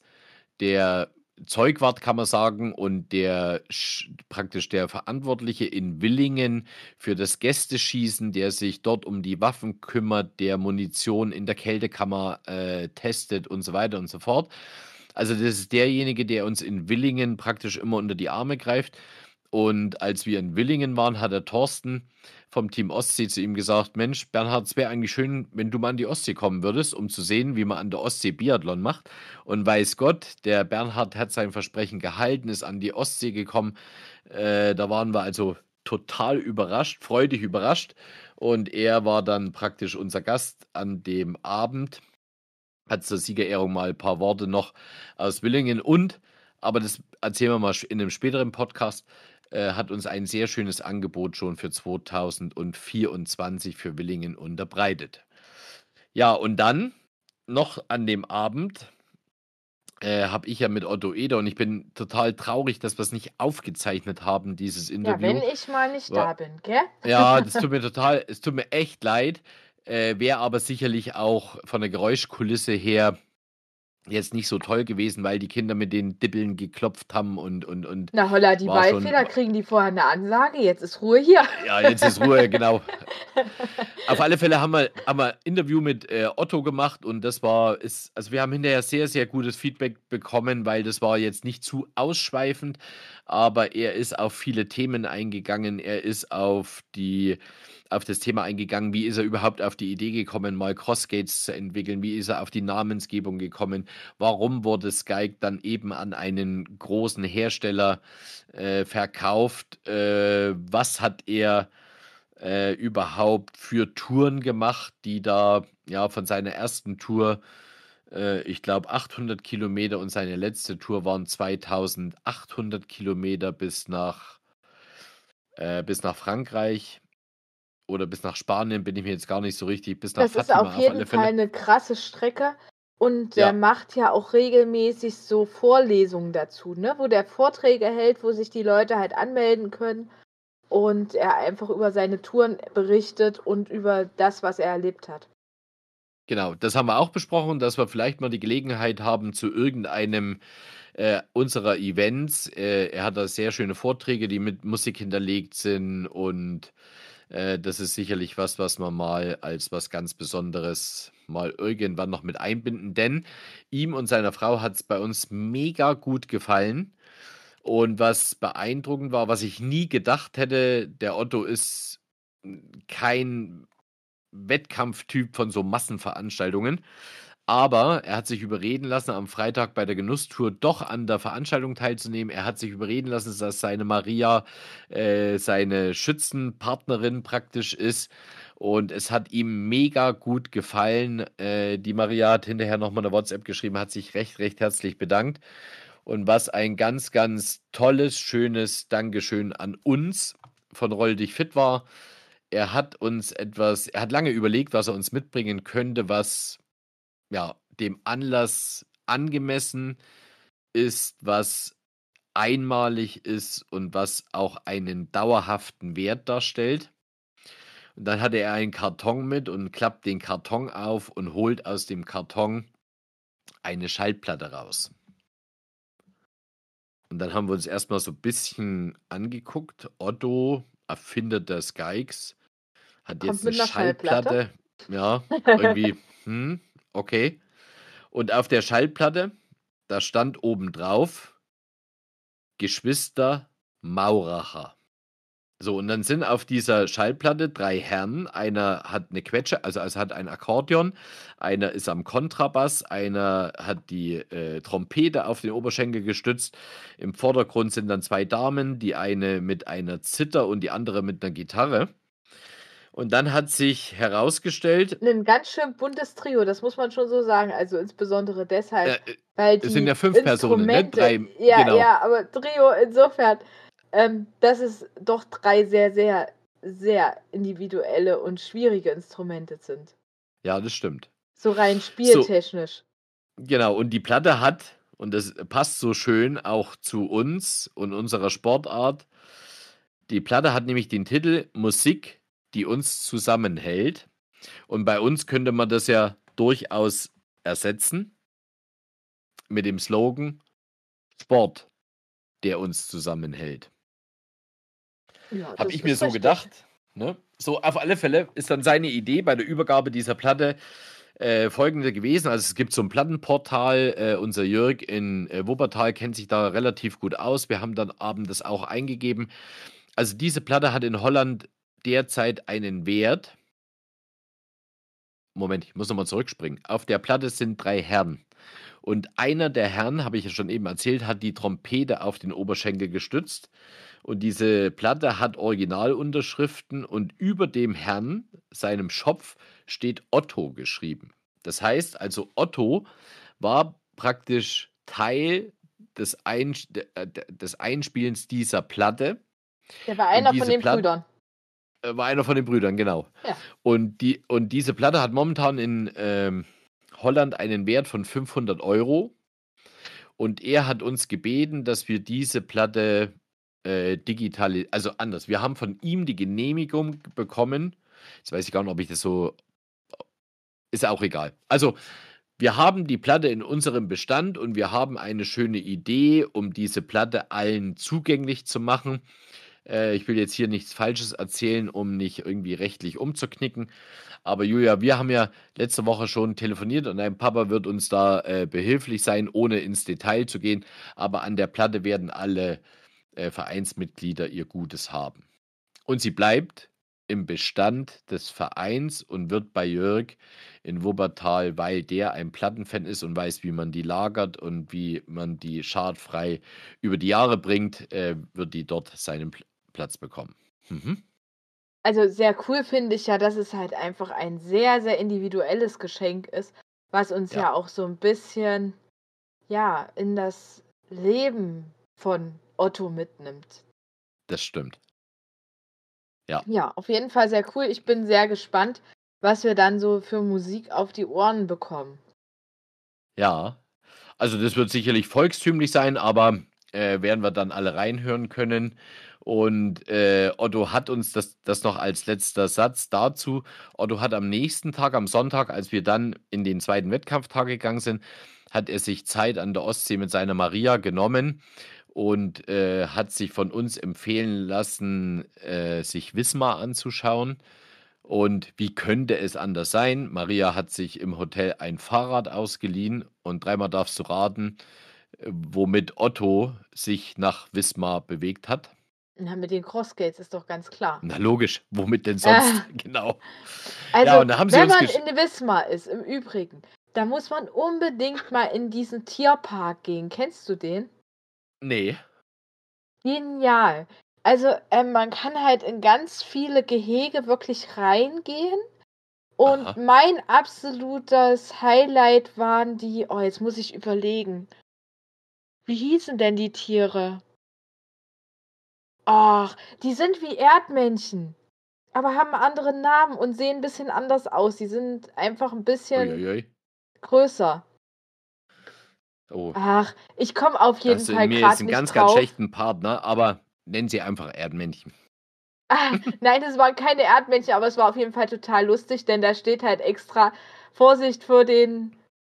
D: der Zeugwart, kann man sagen, und der sch- praktisch der Verantwortliche in Willingen für das Gästeschießen, der sich dort um die Waffen kümmert, der Munition in der Kältekammer äh, testet und so weiter und so fort. Also das ist derjenige, der uns in Willingen praktisch immer unter die Arme greift. Und als wir in Willingen waren, hat der Thorsten vom Team Ostsee zu ihm gesagt: Mensch, Bernhard, es wäre eigentlich schön, wenn du mal an die Ostsee kommen würdest, um zu sehen, wie man an der Ostsee Biathlon macht. Und weiß Gott, der Bernhard hat sein Versprechen gehalten, ist an die Ostsee gekommen. Äh, da waren wir also total überrascht, freudig überrascht. Und er war dann praktisch unser Gast an dem Abend, hat zur Siegerehrung mal ein paar Worte noch aus Willingen, und, aber das erzählen wir mal in einem späteren Podcast, äh, hat uns ein sehr schönes Angebot schon für zweitausendvierundzwanzig für Willingen unterbreitet. Ja, und dann noch an dem Abend äh, habe ich ja mit Otto Eder, und ich bin total traurig, dass wir es nicht aufgezeichnet haben, dieses
B: ja, wenn
D: Interview.
B: ich mal nicht
D: Wa-
B: da bin, gell?
D: Ja, das tut mir total, es tut mir echt leid. Äh, Wäre aber sicherlich auch von der Geräuschkulisse her jetzt nicht so toll gewesen, weil die Kinder mit den Dippeln geklopft haben und, und, und
B: Na holla, die
D: war schon,
B: Waldfeder kriegen die vorher eine Ansage. Jetzt ist Ruhe hier.
D: ja, jetzt ist Ruhe, genau. Auf alle Fälle haben wir, haben wir ein Interview mit äh, Otto gemacht, und das war, ist, also wir haben hinterher sehr, sehr gutes Feedback bekommen, weil das war jetzt nicht zu ausschweifend, aber er ist auf viele Themen eingegangen. Er ist auf die, auf das Thema eingegangen, wie ist er überhaupt auf die Idee gekommen, mal Crossgates zu entwickeln, wie ist er auf die Namensgebung gekommen, warum wurde Skype dann eben an einen großen Hersteller äh, verkauft, äh, was hat er äh, überhaupt für Touren gemacht, die da, ja, von seiner ersten Tour, äh, ich glaube, achthundert Kilometer, und seine letzte Tour waren zweitausendachthundert Kilometer bis nach, äh, bis nach Frankreich oder bis nach Spanien, bin ich mir jetzt gar nicht so richtig, bis nach
B: Das ist auf
D: Fatima auf
B: jeden
D: alle
B: Fall
D: Fälle.
B: eine krasse Strecke. Und der
D: Ja.
B: macht ja auch regelmäßig so Vorlesungen dazu, ne, wo der Vorträge hält, wo sich die Leute halt anmelden können und er einfach über seine Touren berichtet und über das, was er erlebt hat.
D: Genau, das haben wir auch besprochen, dass wir vielleicht mal die Gelegenheit haben zu irgendeinem äh, unserer Events. Äh, er hat da sehr schöne Vorträge, die mit Musik hinterlegt sind und äh, das ist sicherlich was, was wir mal als was ganz Besonderes mal irgendwann noch mit einbinden, denn ihm und seiner Frau hat es bei uns mega gut gefallen. Und was beeindruckend war, was ich nie gedacht hätte, der Otto ist kein Wettkampftyp von so Massenveranstaltungen. Aber er hat sich überreden lassen, am Freitag bei der Genusstour doch an der Veranstaltung teilzunehmen. Er hat sich überreden lassen, dass seine Maria äh, seine Schützenpartnerin praktisch ist. Und es hat ihm mega gut gefallen. Äh, die Maria hat hinterher nochmal eine WhatsApp geschrieben, hat sich recht, recht herzlich bedankt. Und was ein ganz, ganz tolles, schönes Dankeschön an uns von Roll dich fit war. Er hat uns etwas, er hat lange überlegt, was er uns mitbringen könnte, was ja dem Anlass angemessen ist, was einmalig ist und was auch einen dauerhaften Wert darstellt. Und dann hatte er einen Karton mit und klappt den Karton auf und holt aus dem Karton eine Schallplatte raus. Und dann haben wir uns erstmal so ein bisschen angeguckt. Otto, Erfinder des Geigs, hat
B: Kommt
D: jetzt
B: mit
D: eine
B: einer Schallplatte.
D: Schallplatte. Ja, irgendwie, hm, okay. Und auf der Schallplatte, da stand oben drauf, Geschwister Mauracher. So, und dann sind auf dieser Schallplatte drei Herren. Einer hat eine Quetsche, also, also hat ein Akkordeon, einer ist am Kontrabass, einer hat die äh, Trompete auf den Oberschenkel gestützt. Im Vordergrund sind dann zwei Damen, die eine mit einer Zither und die andere mit einer Gitarre. Und dann hat sich herausgestellt,
B: Ein ganz schön buntes Trio, das muss man schon so sagen. Also insbesondere deshalb,
D: äh,
B: weil
D: es sind
B: die
D: ja fünf Personen, ne?
B: Instrumente,
D: Drei,
B: ja,
D: genau.
B: ja, aber Trio insofern, ähm, dass es doch drei sehr, sehr, sehr individuelle und schwierige Instrumente sind.
D: Ja, das stimmt.
B: So rein
D: So,
B: spieltechnisch.
D: genau. Und die Platte hat, und das passt so schön auch zu uns und unserer Sportart, die Platte hat nämlich den Titel Musik, die uns zusammenhält. Und bei uns könnte man das ja durchaus ersetzen mit dem Slogan Sport, der uns zusammenhält.
B: Ja,
D: Habe
B: das
D: ich mir
B: ist
D: so
B: richtig.
D: gedacht. Ne? So, auf alle Fälle ist dann seine Idee bei der Übergabe dieser Platte äh, folgende gewesen. Also es gibt so ein Plattenportal, äh, unser Jörg in äh, Wuppertal kennt sich da relativ gut aus. Wir haben dann abends das auch eingegeben. Also diese Platte hat in Holland derzeit einen Wert. Moment, ich muss nochmal zurückspringen. Auf der Platte sind drei Herren. Und einer der Herren, habe ich ja schon eben erzählt, hat die Trompete auf den Oberschenkel gestützt. Und diese Platte hat Originalunterschriften und über dem Herrn, seinem Schopf, steht Otto geschrieben. Das heißt also, Otto war praktisch Teil des, Ein äh, des Einspielens dieser Platte.
B: Der war
D: Und
B: einer von
D: diese
B: den
D: Platte
B: Brüdern.
D: äh, war einer von den Brüdern, genau.
B: Ja.
D: Und, die, und diese Platte hat momentan in ähm, Holland einen Wert von fünfhundert Euro. Und er hat uns gebeten, dass wir diese Platte äh, digital, also anders. Wir haben von ihm die Genehmigung bekommen. Jetzt weiß ich gar nicht, ob ich das so. Ist auch egal. Also, wir haben die Platte in unserem Bestand und wir haben eine schöne Idee, um diese Platte allen zugänglich zu machen. Äh, ich will jetzt hier nichts Falsches erzählen, um nicht irgendwie rechtlich umzuknicken. Aber Julia, wir haben ja letzte Woche schon telefoniert und dein Papa wird uns da äh, behilflich sein, ohne ins Detail zu gehen. Aber an der Platte werden alle äh, Vereinsmitglieder ihr Gutes haben. Und sie bleibt im Bestand des Vereins und wird bei Jörg in Wuppertal, weil der ein Plattenfan ist und weiß, wie man die lagert und wie man die schadfrei über die Jahre bringt, äh, wird die dort seinen Pl Platz bekommen. Mhm.
B: Also sehr cool finde ich ja, dass es halt einfach ein sehr, sehr individuelles Geschenk ist, was uns
D: Ja.
B: ja auch so ein bisschen, ja, in das Leben von Otto mitnimmt.
D: Das stimmt. Ja.
B: Ja, auf jeden Fall sehr cool. Ich bin sehr gespannt, was wir dann so für Musik auf die Ohren bekommen.
D: Ja, also das wird sicherlich volkstümlich sein, aber äh, werden wir dann alle reinhören können. Und äh, Otto hat uns das, das noch als letzter Satz dazu. Otto hat am nächsten Tag, am Sonntag, als wir dann in den zweiten Wettkampftag gegangen sind, hat er sich Zeit an der Ostsee mit seiner Maria genommen und äh, hat sich von uns empfehlen lassen, äh, sich Wismar anzuschauen. Und wie könnte es anders sein? Maria hat sich im Hotel ein Fahrrad ausgeliehen und dreimal darfst du raten, äh, womit Otto sich nach Wismar bewegt hat.
B: Na, mit den Crossgates ist doch ganz klar.
D: Na logisch, womit denn
B: Äh,
D: sonst? Genau. Ja,
B: also,
D: und da haben sie
B: wenn
D: uns
B: man
D: gesch
B: in Wismar ist, im Übrigen, da muss man unbedingt mal in diesen Tierpark gehen. Kennst du den?
D: Nee.
B: Genial. Also, ähm, man kann halt in ganz viele Gehege wirklich reingehen. Und
D: Aha.
B: mein absolutes Highlight waren die, oh, jetzt muss ich überlegen. Wie hießen denn die Tiere? Ach, die sind wie Erdmännchen, aber haben einen anderen Namen und sehen ein bisschen anders aus. Die sind einfach ein bisschen
D: Uiuiui.
B: größer.
D: Oh,
B: Ach, ich komme auf
D: da
B: jeden
D: hast du in
B: Fall
D: mir jetzt
B: gerade
D: einen
B: nicht
D: ganz, ganz
B: drauf.
D: schlechten Partner, aber nennen sie einfach Erdmännchen.
B: Ah, nein, es waren keine Erdmännchen, aber es war auf jeden Fall total lustig, denn da steht halt extra Vorsicht vor den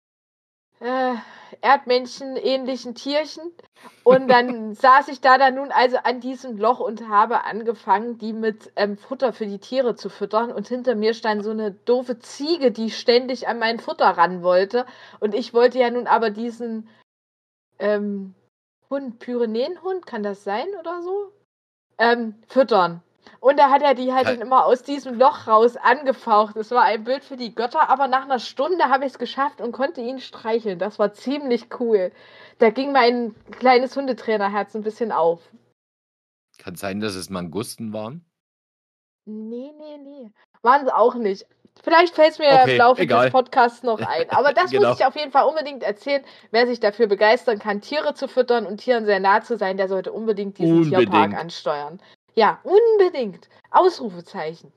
B: äh, Erdmännchen-ähnlichen Tierchen. Und dann saß ich da dann nun also an diesem Loch und habe angefangen, die mit ähm, Futter für die Tiere zu füttern. Und hinter mir stand so eine doofe Ziege, die ständig an mein Futter ran wollte. Und ich wollte ja nun aber diesen ähm, Hund, Pyrenäenhund, kann das sein oder so? Ähm, füttern. Und da hat er die halt
D: Ka-
B: dann immer aus diesem Loch raus angefaucht. Das war ein Bild für die Götter, aber nach einer Stunde habe ich es geschafft und konnte ihn streicheln. Das war ziemlich cool. Da ging mein kleines Hundetrainerherz ein bisschen auf.
D: Kann sein, dass es Mangusten waren?
B: Nee, nee, nee. Waren sie auch nicht. Vielleicht fällt es mir im
D: Okay,
B: Laufe des
D: egal.
B: Podcasts noch ein. Aber das muss
D: Genau.
B: ich auf jeden Fall unbedingt erzählen. Wer sich dafür begeistern kann, Tiere zu füttern und Tieren sehr nah zu sein, der sollte unbedingt diesen Tierpark
D: Unbedingt.
B: ansteuern. Ja, unbedingt. Ausrufezeichen.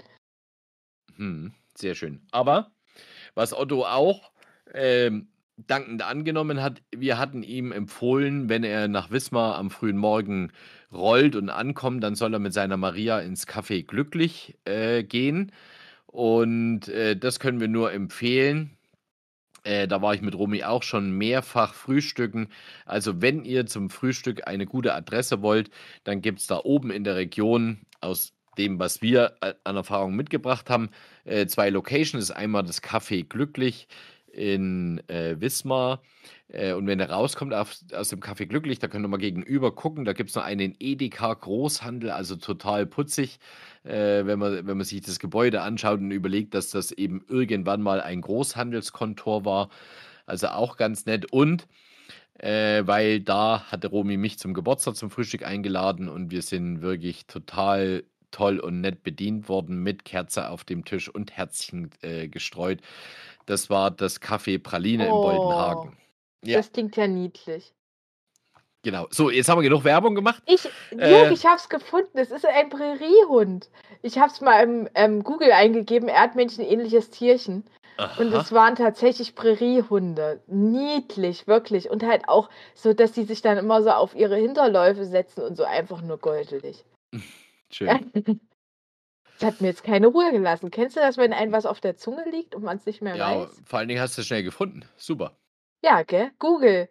D: Hm, sehr schön. Aber was Otto auch ähm, dankend angenommen hat, wir hatten ihm empfohlen, wenn er nach Wismar am frühen Morgen rollt und ankommt, dann soll er mit seiner Maria ins Café Glücklich äh, gehen. Und äh, das können wir nur empfehlen. Äh, da war ich mit Romy auch schon mehrfach frühstücken. Also wenn ihr zum Frühstück eine gute Adresse wollt, dann gibt es da oben in der Region aus dem, was wir a- an Erfahrung mitgebracht haben, äh, zwei Locations. Das ist einmal das Café Glücklich in äh, Wismar. Äh, und wenn ihr rauskommt auf, aus dem Café Glücklich, da könnt ihr mal gegenüber gucken. Da gibt es noch einen Edeka Großhandel, also total putzig, äh, wenn man, wenn man sich das Gebäude anschaut und überlegt, dass das eben irgendwann mal ein Großhandelskontor war. Also auch ganz nett. Und äh, weil da hatte Romy mich zum Geburtstag zum Frühstück eingeladen und wir sind wirklich total toll und nett bedient worden mit Kerze auf dem Tisch und Herzchen äh, gestreut. Das war das Café Praline in
B: Oh,
D: Boldenhagen. Ja,
B: das klingt ja niedlich.
D: genau. So, jetzt haben wir genug Werbung gemacht.
B: Ich, Luke,
D: Äh,
B: ich hab's gefunden. Es ist ein Präriehund. Ich hab's mal im ähm, Google eingegeben, Erdmännchen-ähnliches Tierchen. Und es
D: aha.
B: waren tatsächlich Präriehunde. Niedlich, wirklich. Und halt auch so, dass die sich dann immer so auf ihre Hinterläufe setzen und so einfach nur goldelig.
D: Schön.
B: Das hat mir jetzt keine Ruhe gelassen. Kennst du das, wenn einem was auf der Zunge liegt und man es nicht mehr
D: Ja,
B: weiß?
D: vor allen Dingen hast du es schnell gefunden. Super.
B: Ja, gell? Google.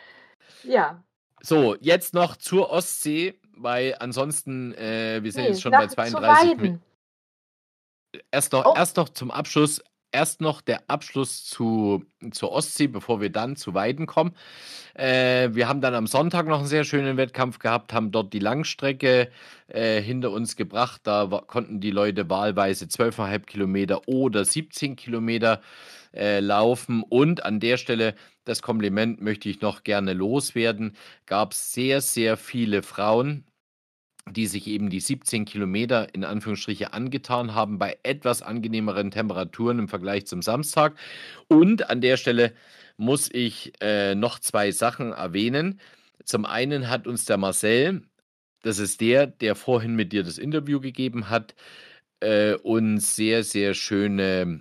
B: Ja.
D: So, jetzt noch zur Ostsee, weil ansonsten, äh, wir sind
B: Nee,
D: jetzt schon bei
B: nach zu
D: zweiunddreißig Minuten.
B: Weiden.
D: Erst noch,
B: Oh,
D: erst noch zum Abschluss, erst noch der Abschluss zu, zur Ostsee, bevor wir dann zu Weiden kommen. Äh, wir haben dann am Sonntag noch einen sehr schönen Wettkampf gehabt, haben dort die Langstrecke äh, hinter uns gebracht. Da wa- konnten die Leute wahlweise zwölf Komma fünf Kilometer oder siebzehn Kilometer äh, laufen. Und an der Stelle, das Kompliment möchte ich noch gerne loswerden, gab es sehr, sehr viele Frauen, die sich eben die siebzehn Kilometer in Anführungsstriche angetan haben bei etwas angenehmeren Temperaturen im Vergleich zum Samstag. Und an der Stelle muss ich äh, noch zwei Sachen erwähnen. Zum einen hat uns der Marcel, das ist der, der vorhin mit dir das Interview gegeben hat, äh, uns sehr, sehr schöne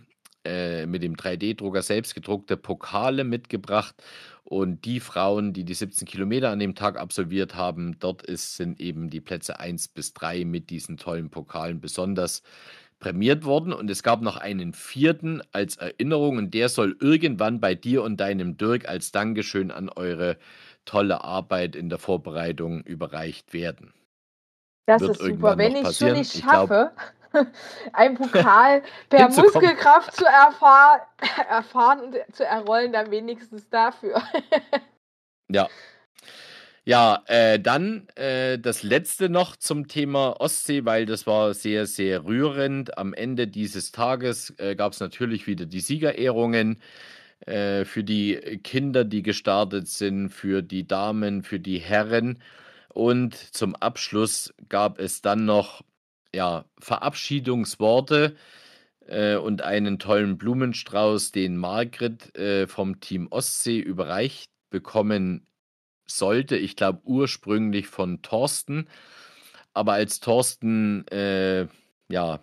D: äh, mit dem drei D-Drucker selbst gedruckte Pokale mitgebracht. Und die Frauen, die die siebzehn Kilometer an dem Tag absolviert haben, dort ist, sind eben die Plätze eins bis drei mit diesen tollen Pokalen besonders prämiert worden. Und es gab noch einen vierten als Erinnerung und der soll irgendwann bei dir und deinem Dirk als Dankeschön an eure tolle Arbeit in der Vorbereitung überreicht werden.
B: Das
D: Wird
B: ist super.
D: irgendwann
B: Wenn
D: noch
B: ich schon
D: passieren.
B: nicht
D: Ich glaube,
B: schaffe, einen Pokal per
D: hinzukommen.
B: Muskelkraft zu erfahr erfahren und zu errollen, dann wenigstens dafür.
D: Ja. Ja, äh, dann äh, das letzte noch zum Thema Ostsee, weil das war sehr, sehr rührend. Am Ende dieses Tages äh, gab es natürlich wieder die Siegerehrungen äh, für die Kinder, die gestartet sind, für die Damen, für die Herren. Und zum Abschluss gab es dann noch ja, Verabschiedungsworte äh, und einen tollen Blumenstrauß, den Margret äh, vom Team Ostsee überreicht bekommen sollte. Ich glaube ursprünglich von Thorsten. Aber als Thorsten äh, ja,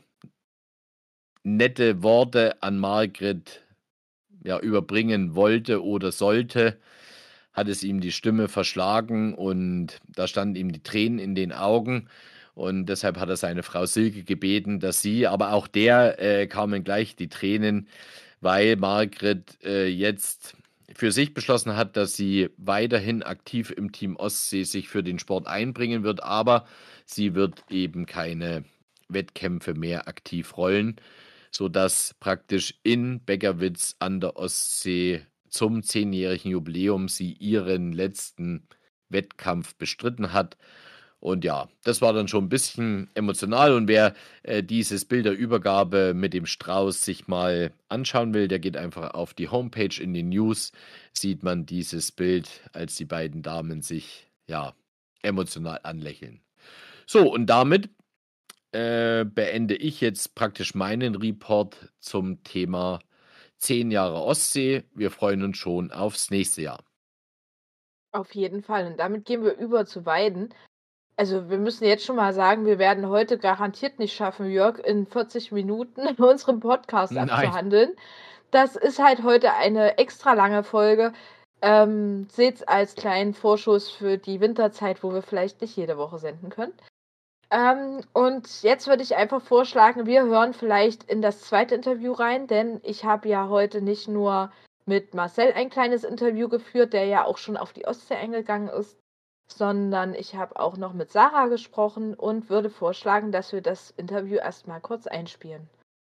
D: nette Worte an Margret ja, überbringen wollte oder sollte, hat es ihm die Stimme verschlagen und da standen ihm die Tränen in den Augen. Und deshalb hat er seine Frau Silke gebeten, dass sie, aber auch der äh, kamen gleich die Tränen, weil Margret äh, jetzt für sich beschlossen hat, dass sie weiterhin aktiv im Team Ostsee sich für den Sport einbringen wird, aber sie wird eben keine Wettkämpfe mehr aktiv rollen, sodass praktisch in Beckerwitz an der Ostsee zum zehnjährigen Jubiläum sie ihren letzten Wettkampf bestritten hat. Und ja, das war dann schon ein bisschen emotional. Und wer äh, dieses Bild der Übergabe mit dem Strauß sich mal anschauen will, der geht einfach auf die Homepage. In den News sieht man dieses Bild, als die beiden Damen sich ja emotional anlächeln. So, und damit äh, beende ich jetzt praktisch meinen Report zum Thema zehn Jahre Ostsee. Wir freuen uns schon aufs nächste Jahr.
B: Auf jeden Fall. Und damit gehen wir über zu Weiden. Also wir müssen jetzt schon mal sagen, wir werden heute garantiert nicht schaffen, Jörg, in vierzig Minuten unseren Podcast
D: Nein.
B: abzuhandeln. Das ist halt heute eine extra lange Folge. Ähm, seht's als kleinen Vorschuss für die Winterzeit, wo wir vielleicht nicht jede Woche senden können. Ähm, und jetzt würde ich einfach vorschlagen, wir hören vielleicht in das zweite Interview rein, denn ich habe ja heute nicht nur mit Marcel ein kleines Interview geführt, der ja auch schon auf die Ostsee eingegangen ist, sondern ich habe auch noch mit Sarah gesprochen und würde vorschlagen, dass wir das Interview erstmal kurz einspielen.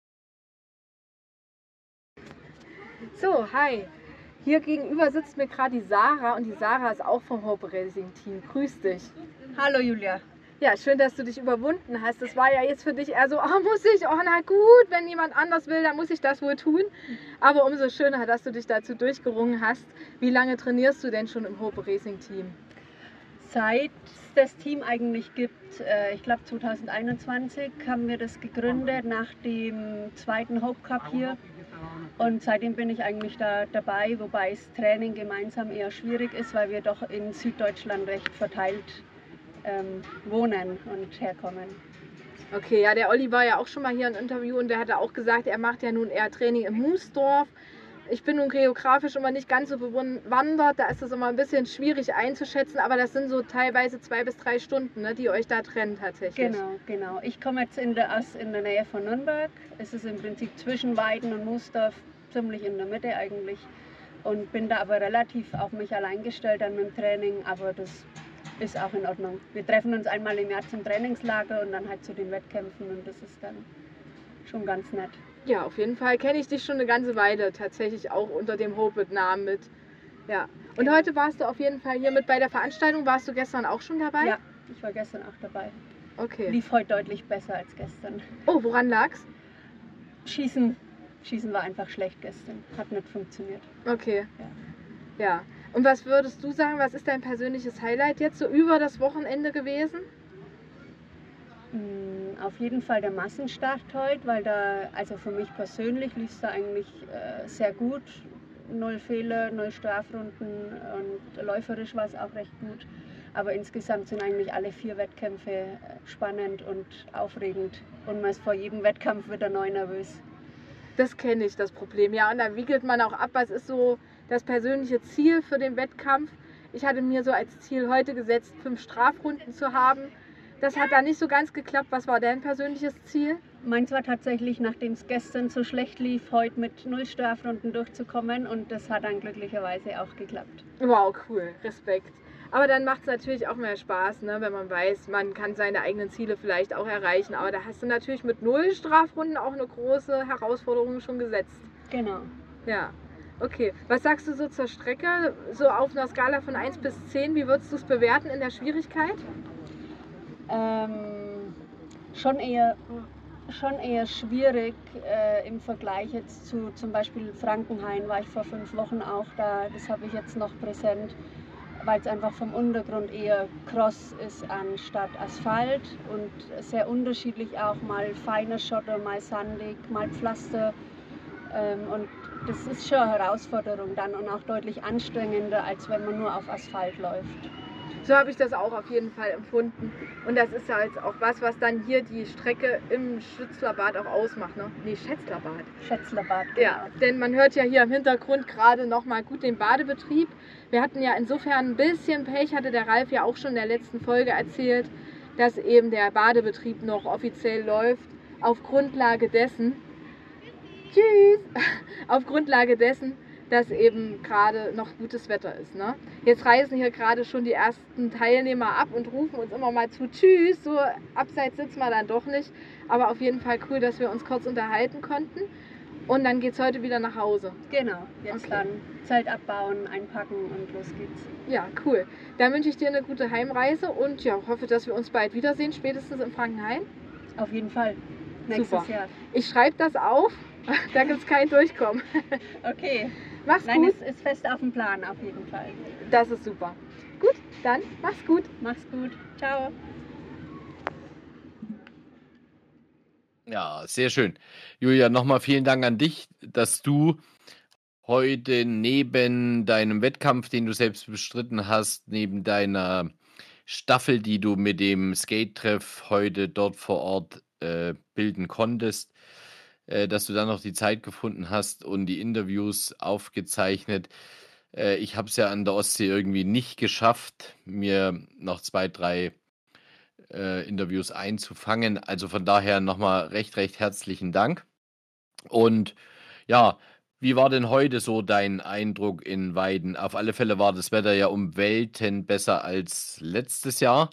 B: So, hi. Hier gegenüber sitzt mir gerade die Sarah und die Sarah ist auch vom Hope Racing Team. Grüß dich.
E: Hallo Julia.
B: Ja, schön, dass du dich überwunden hast. Das war ja jetzt für dich eher so, oh, muss ich? Oh, na gut, wenn jemand anders will, dann muss ich das wohl tun. Aber umso schöner, dass du dich dazu durchgerungen hast. Wie lange trainierst du denn schon im Hope Racing Team?
E: Seit es das Team eigentlich gibt, äh, ich glaube zwanzig einundzwanzig, haben wir das gegründet nach dem zweiten Hope Cup hier. Und seitdem bin ich eigentlich da dabei, wobei das Training gemeinsam eher schwierig ist, weil wir doch in Süddeutschland recht verteilt ähm, wohnen und herkommen.
B: Okay, ja, der Olli war ja auch schon mal hier im Interview und der hatte auch gesagt, er macht ja nun eher Training im Moosdorf. Ich bin nun geografisch immer nicht ganz so bewandert, da ist es immer ein bisschen schwierig einzuschätzen, aber das sind so teilweise zwei bis drei Stunden, ne, die euch da trennen tatsächlich.
E: Genau, genau. Ich komme jetzt in der, aus, in der Nähe von Nürnberg. Es ist im Prinzip zwischen Weiden und Moosdorf, ziemlich in der Mitte eigentlich. Und bin da aber relativ auf mich allein gestellt dann mit dem Training, aber das ist auch in Ordnung. Wir treffen uns einmal im Jahr zum Trainingslager und dann halt zu den Wettkämpfen und das ist dann schon ganz nett.
B: Ja, auf jeden Fall kenne ich dich schon eine ganze Weile, tatsächlich auch unter dem Hope-Namen mit. Ja. Und
E: Ja.
B: heute warst du auf jeden Fall hier mit bei der Veranstaltung. Warst du gestern auch schon dabei?
E: Ja, ich war gestern auch dabei.
B: Okay.
E: Lief heute deutlich besser als gestern.
B: Oh, woran lag's?
E: Schießen, Schießen war einfach schlecht gestern. Hat nicht funktioniert.
B: Okay.
E: Ja.
B: Ja. Und was würdest du sagen, was ist dein persönliches Highlight jetzt so über das Wochenende gewesen?
E: Mm, Auf jeden Fall der Massenstart heute, weil da, also für mich persönlich lief es da eigentlich äh, sehr gut. Null Fehler, null Strafrunden und läuferisch war es auch recht gut. Aber insgesamt sind eigentlich alle vier Wettkämpfe äh, spannend und aufregend und man ist vor jedem Wettkampf wieder neu nervös.
B: Das kenne ich, das Problem. Ja, und dann wiegelt man auch ab, was ist so das persönliche Ziel für den Wettkampf. Ich hatte mir so als Ziel heute gesetzt, fünf Strafrunden zu haben. Das hat dann nicht so ganz geklappt. Was war dein persönliches Ziel?
E: Meins war tatsächlich, nachdem es gestern so schlecht lief, heute mit null Strafrunden durchzukommen und das hat dann glücklicherweise auch geklappt.
B: Wow, cool, Respekt. Aber dann macht es natürlich auch mehr Spaß, ne, wenn man weiß, man kann seine eigenen Ziele vielleicht auch erreichen. Aber da hast du natürlich mit null Strafrunden auch eine große Herausforderung schon gesetzt.
E: Genau.
B: Ja, okay. Was sagst du so zur Strecke? So auf einer Skala von eins bis zehn, wie würdest du es bewerten in der Schwierigkeit?
E: Ähm, schon eher, schon eher schwierig äh, im Vergleich jetzt zu zum Beispiel Frankenhain, war ich vor fünf Wochen auch da, das habe ich jetzt noch präsent, weil es einfach vom Untergrund eher Cross ist anstatt Asphalt und sehr unterschiedlich auch, mal feiner Schotter, mal sandig, mal Pflaster ähm, und das ist schon eine Herausforderung dann und auch deutlich anstrengender, als wenn man nur auf Asphalt läuft.
B: So habe ich das auch auf jeden Fall empfunden. Und das ist halt auch was, was dann hier die Strecke im Schützlerbad auch ausmacht. Ne? Nee, Schätzlerbad.
E: Schätzlerbad, genau.
B: Ja, denn man hört ja hier im Hintergrund gerade noch mal gut den Badebetrieb. Wir hatten ja insofern ein bisschen Pech, hatte der Ralf ja auch schon in der letzten Folge erzählt, dass eben der Badebetrieb noch offiziell läuft. Auf Grundlage dessen, tschüss, auf Grundlage dessen, dass eben gerade noch gutes Wetter ist. Ne? Jetzt reisen hier gerade schon die ersten Teilnehmer ab und rufen uns immer mal zu Tschüss. So abseits sitzen wir dann doch nicht. Aber auf jeden Fall cool, dass wir uns kurz unterhalten konnten. Und dann geht es heute wieder nach Hause.
E: Genau, jetzt
B: Okay.
E: dann Zelt abbauen, einpacken und los geht's.
B: Ja, cool. Dann wünsche ich dir eine gute Heimreise und ja, hoffe, dass wir uns bald wiedersehen, spätestens in Frankenhain.
E: Auf jeden Fall. Nächstes
B: Super.
E: Jahr.
B: Ich schreibe das auf, da gibt es kein Durchkommen.
E: Okay.
B: Mach's
E: Nein,
B: gut.
E: es ist fest auf dem Plan, auf jeden Fall.
B: Das ist super. Gut, dann mach's gut.
E: Mach's gut. Ciao.
D: Ja, sehr schön. Julia, nochmal vielen Dank an dich, dass du heute neben deinem Wettkampf, den du selbst bestritten hast, neben deiner Staffel, die du mit dem Skate-Treff heute dort vor Ort äh, bilden konntest, äh, dass du dann noch die Zeit gefunden hast und die Interviews aufgezeichnet. Äh, ich habe es ja an der Ostsee irgendwie nicht geschafft, mir noch zwei, drei äh, Interviews einzufangen. Also von daher nochmal recht, recht herzlichen Dank. Und ja, wie war denn heute so dein Eindruck in Weiden? Auf alle Fälle war das Wetter ja um Welten besser als letztes Jahr.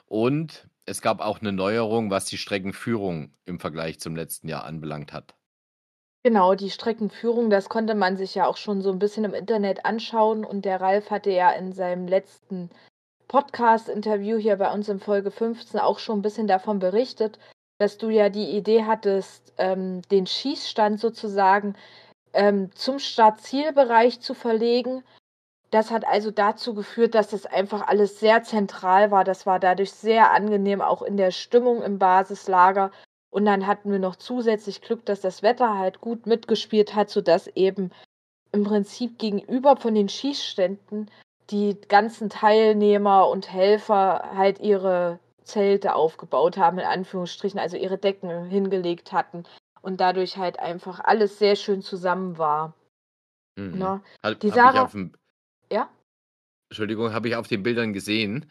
D: Und es gab auch eine Neuerung, was die Streckenführung im Vergleich zum letzten Jahr anbelangt hat.
B: Genau, die Streckenführung, das konnte man sich ja auch schon so ein bisschen im Internet anschauen. Und der Ralf hatte ja in seinem letzten Podcast-Interview hier bei uns in Folge fünfzehn auch schon ein bisschen davon berichtet, dass du ja die Idee hattest, ähm, den Schießstand sozusagen ähm, zum Start-Ziel-Bereich zu verlegen. Das hat also dazu geführt, dass das einfach alles sehr zentral war. Das war dadurch sehr angenehm, auch in der Stimmung im Basislager. Und dann hatten wir noch zusätzlich Glück, dass das Wetter halt gut mitgespielt hat, sodass eben im Prinzip gegenüber von den Schießständen die ganzen Teilnehmer und Helfer halt ihre Zelte aufgebaut haben, in Anführungsstrichen, also ihre Decken hingelegt hatten und dadurch halt einfach alles sehr schön zusammen war.
D: Mhm.
B: Ne?
D: Hat,
B: Die
D: hab ich
B: Sarah,
D: auf dem,
B: ja?
D: Entschuldigung, habe ich auf den Bildern gesehen.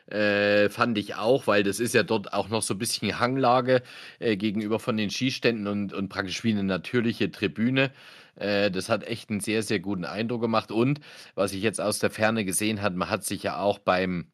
D: Äh, fand ich auch, weil das ist ja dort auch noch so ein bisschen Hanglage äh, gegenüber von den Schießständen und, und praktisch wie eine natürliche Tribüne. Äh, das hat echt einen sehr, sehr guten Eindruck gemacht. Und was ich jetzt aus der Ferne gesehen habe, man hat sich ja auch beim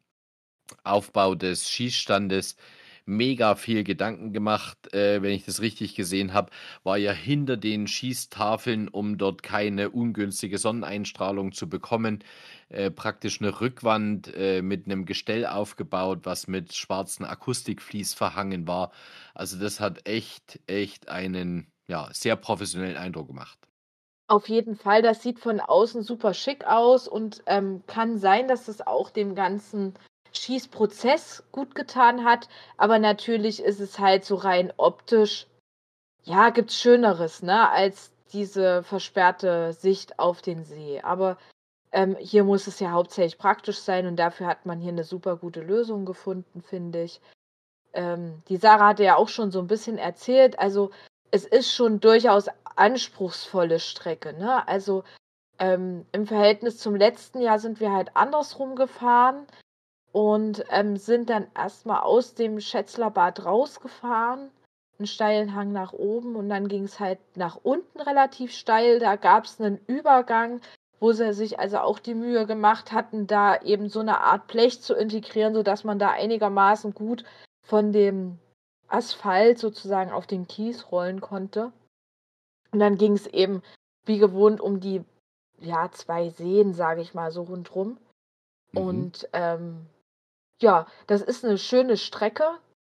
D: Aufbau des Schießstandes mega viel Gedanken gemacht, äh, wenn ich das richtig gesehen habe, war ja hinter den Schießtafeln, um dort keine ungünstige Sonneneinstrahlung zu bekommen, äh, praktisch eine Rückwand äh, mit einem Gestell aufgebaut, was mit schwarzen Akustikvlies verhangen war. Also das hat echt, echt einen ja, sehr professionellen Eindruck gemacht.
B: Auf jeden Fall, das sieht von außen super schick aus und ähm, kann sein, dass es auch dem ganzen Schießprozess gut getan hat, aber natürlich ist es halt so rein optisch, ja, gibt's Schöneres, ne, als diese versperrte Sicht auf den See. Aber ähm, hier muss es ja hauptsächlich praktisch sein und dafür hat man hier eine super gute Lösung gefunden, finde ich. Ähm, die Sarah hatte ja auch schon so ein bisschen erzählt, also es ist schon durchaus anspruchsvolle Strecke, ne? Also, ähm, im Verhältnis zum letzten Jahr sind wir halt andersrum gefahren und, ähm, sind dann erst mal aus dem Schätzlerbad rausgefahren, 'n steilen Hang nach oben und dann ging's halt nach unten relativ steil. Da gab's 'nen Übergang, wo sie sich also auch die Mühe gemacht hatten, da eben so 'ne Art Blech zu integrieren, sodass man da einigermaßen gut von dem Asphalt sozusagen auf den Kies rollen konnte. Und dann ging's eben wie gewohnt um die, ja, zwei Seen, sage ich mal, so rundrum.
D: Mhm.
B: Und, ähm, ja, das ist 'ne schöne Strecke,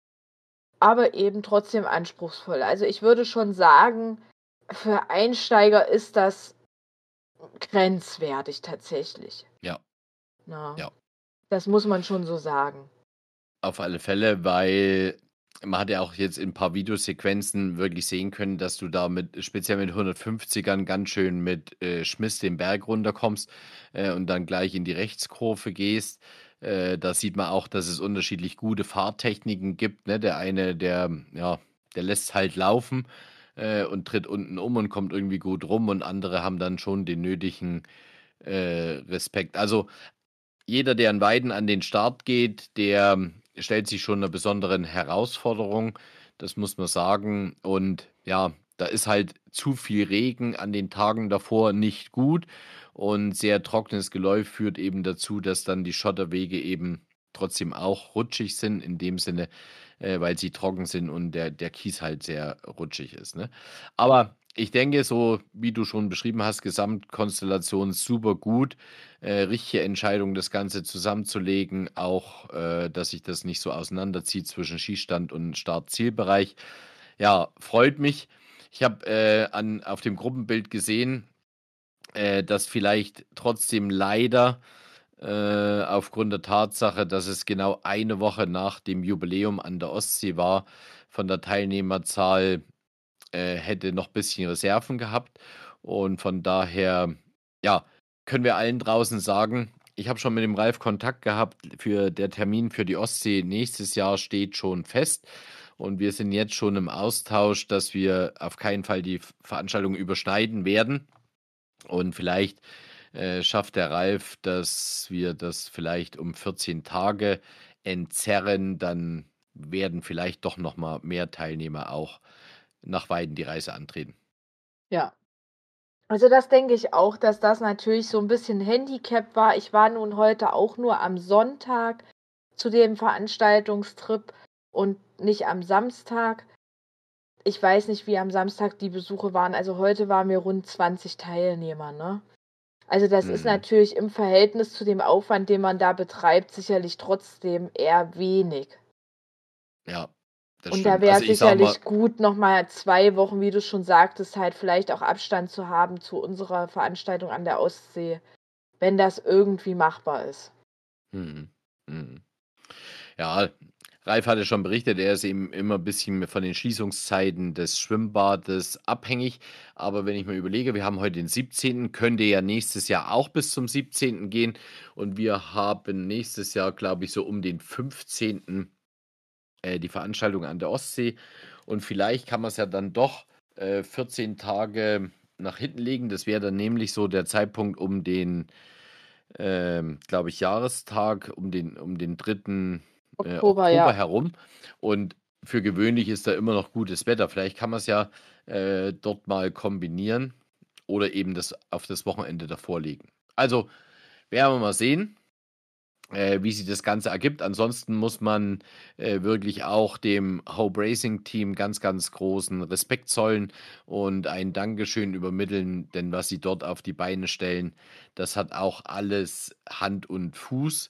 B: aber eben trotzdem anspruchsvoll. Also, ich würde schon sagen, für Einsteiger ist das grenzwertig tatsächlich.
D: Ja,
B: Ne?
D: ja.
B: Das muss man schon so sagen.
D: Auf alle Fälle, weil man hat ja auch jetzt in 'n paar Videosequenzen wirklich sehen können, dass du da mit speziell mit hundertfünfzigern ganz schön mit, äh, Schmiss den Berg runterkommst, äh, und dann gleich in die Rechtskurve gehst. Äh, da sieht man auch, dass es unterschiedlich gute Fahrtechniken gibt, ne? Der eine, der ja, der lässt halt laufen, äh, und tritt unten um und kommt irgendwie gut rum und andere haben dann schon den nötigen, äh, Respekt. Also, jeder, der in Weiden an den Start geht, der stellt sich schon 'ner besonderen Herausforderung, das muss man sagen. Und ja, da ist halt zu viel Regen an den Tagen davor nicht gut und sehr trockenes Geläuf führt eben dazu, dass dann die Schotterwege eben trotzdem auch rutschig sind in dem Sinne, äh, weil sie trocken sind und der der Kies halt sehr rutschig ist, ne? Aber ich denke, so wie du schon beschrieben hast, Gesamtkonstellation super gut. Äh, richtige Entscheidung, das Ganze zusammenzulegen, auch, äh, dass sich das nicht so auseinanderzieht zwischen Schießstand und Start-Zielbereich. Ja, freut mich. Ich habe, äh, an auf dem Gruppenbild gesehen, äh, dass vielleicht trotzdem leider, äh, aufgrund der Tatsache, dass es genau eine Woche nach dem Jubiläum an der Ostsee war, von der Teilnehmerzahl, äh, hätte noch bisschen Reserven gehabt. Und von daher, ja, können wir allen draußen sagen, ich habe schon mit dem Ralf Kontakt gehabt für der Termin für die Ostsee nächstes Jahr steht schon fest. Und wir sind jetzt schon im Austausch, dass wir auf keinen Fall die V Veranstaltung überschneiden werden. Und vielleicht, äh, schafft der Ralf, dass wir das vielleicht um vierzehn Tage entzerren, dann werden vielleicht doch noch mal mehr Teilnehmer auch nach Weiden die Reise antreten.
B: Ja. Also, das denke ich auch, dass das natürlich so 'n bisschen Handicap war. Ich war nun heute auch nur am Sonntag zu dem Veranstaltungstrip und nicht am Samstag. Ich weiß nicht, wie am Samstag die Besuche waren. Also, heute waren wir rund zwanzig Teilnehmer, ne? Also, das ist
D: Mhm.
B: natürlich im Verhältnis zu dem Aufwand, den man da betreibt, sicherlich trotzdem eher wenig.
D: Ja, das
B: Und da
D: stimmt.
B: wäre
D: Also,
B: es
D: ich sage mal
B: sicherlich gut, noch mal zwei Wochen, wie du schon sagtest, halt vielleicht auch Abstand zu haben zu unserer Veranstaltung an der Ostsee, wenn das irgendwie machbar ist.
D: Mhm, mhm. Ja, Ralf hatte schon berichtet, er ist eben immer bisschen von den Schließungszeiten des Schwimmbades abhängig. Aber wenn ich mir überlege, wir haben heute den siebzehnten könnte ja nächstes Jahr auch bis zum siebzehnten gehen und wir haben nächstes Jahr, glaube ich, so um den fünfzehnten äh, die Veranstaltung an der Ostsee. Und vielleicht kann man's ja dann doch, äh, vierzehn Tage nach hinten legen. Das wäre dann nämlich so der Zeitpunkt um den, ähm, glaube ich, Jahrestag, um den um den dritten äh,
B: Oktober,
D: Oktober
B: ja.
D: herum. Und für gewöhnlich ist da immer noch gutes Wetter. Vielleicht kann man's ja, äh, dort mal kombinieren oder eben das auf das Wochenende davor legen. Also, werden wir mal sehen, äh, wie sich das Ganze ergibt. Ansonsten muss man, äh, wirklich auch dem Hope Racing Team ganz, ganz großen Respekt zollen und ein Dankeschön übermitteln, denn was sie dort auf die Beine stellen, das hat auch alles Hand und Fuß.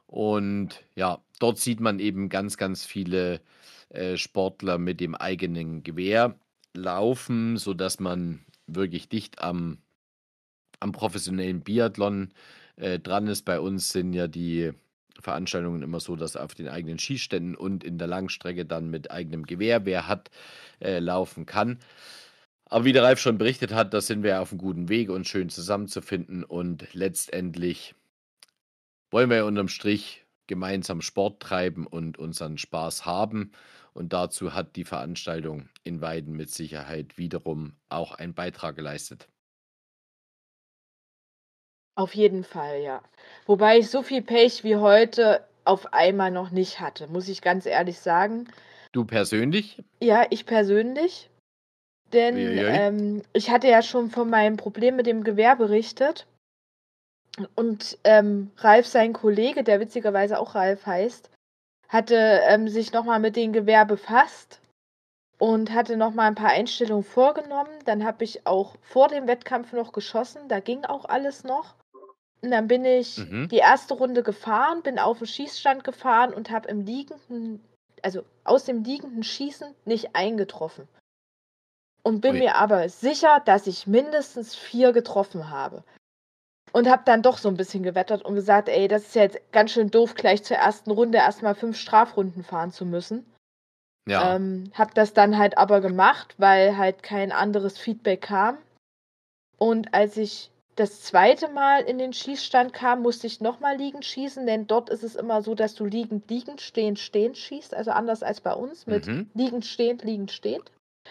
D: Und ja, dort sieht man eben ganz, ganz viele, äh, Sportler mit dem eigenen Gewehr laufen, sodass man wirklich dicht am am professionellen Biathlon, äh, dran ist. Bei uns sind ja die Veranstaltungen immer so, dass auf den eigenen Schießständen und in der Langstrecke dann mit eigenem Gewehr, wer hat, äh, laufen kann. Aber wie der Ralf schon berichtet hat, da sind wir auf'm guten Weg, uns schön zusammenzufinden und letztendlich wollen wir ja unterm Strich gemeinsam Sport treiben und unseren Spaß haben. Und dazu hat die Veranstaltung in Weiden mit Sicherheit wiederum auch einen Beitrag geleistet.
B: Auf jeden Fall, ja. Wobei ich so viel Pech wie heute auf einmal noch nicht hatte, muss ich ganz ehrlich sagen.
D: Du persönlich?
B: Ja, ich persönlich. Denn
D: Uiuiui.
B: ähm, ich hatte ja schon von meinem Problem mit dem Gewehr berichtet. Und ähm, Ralf, sein Kollege, der witzigerweise auch Ralf heißt, hatte ähm, sich nochmal mit dem Gewehr befasst und hatte nochmal ein paar Einstellungen vorgenommen. Dann habe ich auch vor dem Wettkampf noch geschossen, da ging auch alles noch. Und dann bin ich
D: Mhm.
B: die erste Runde gefahren, bin auf den Schießstand gefahren und habe im liegenden, also aus dem liegenden Schießen nicht eingetroffen. Und bin
D: Ui.
B: mir aber sicher, dass ich mindestens vier getroffen habe. Und habe dann doch so ein bisschen gewettert und gesagt, ey, das ist ja jetzt ganz schön doof, gleich zur ersten Runde erstmal fünf Strafrunden fahren zu müssen.
D: Ja.
B: Ähm, hab das dann halt aber gemacht, weil halt kein anderes Feedback kam. Und als ich das zweite Mal in den Schießstand kam, musste ich nochmal liegend schießen, denn dort ist es immer so, dass du liegend, liegend, stehend, stehend schießt, also anders als bei uns mit
D: Mhm.
B: liegend, stehend, liegend, stehend.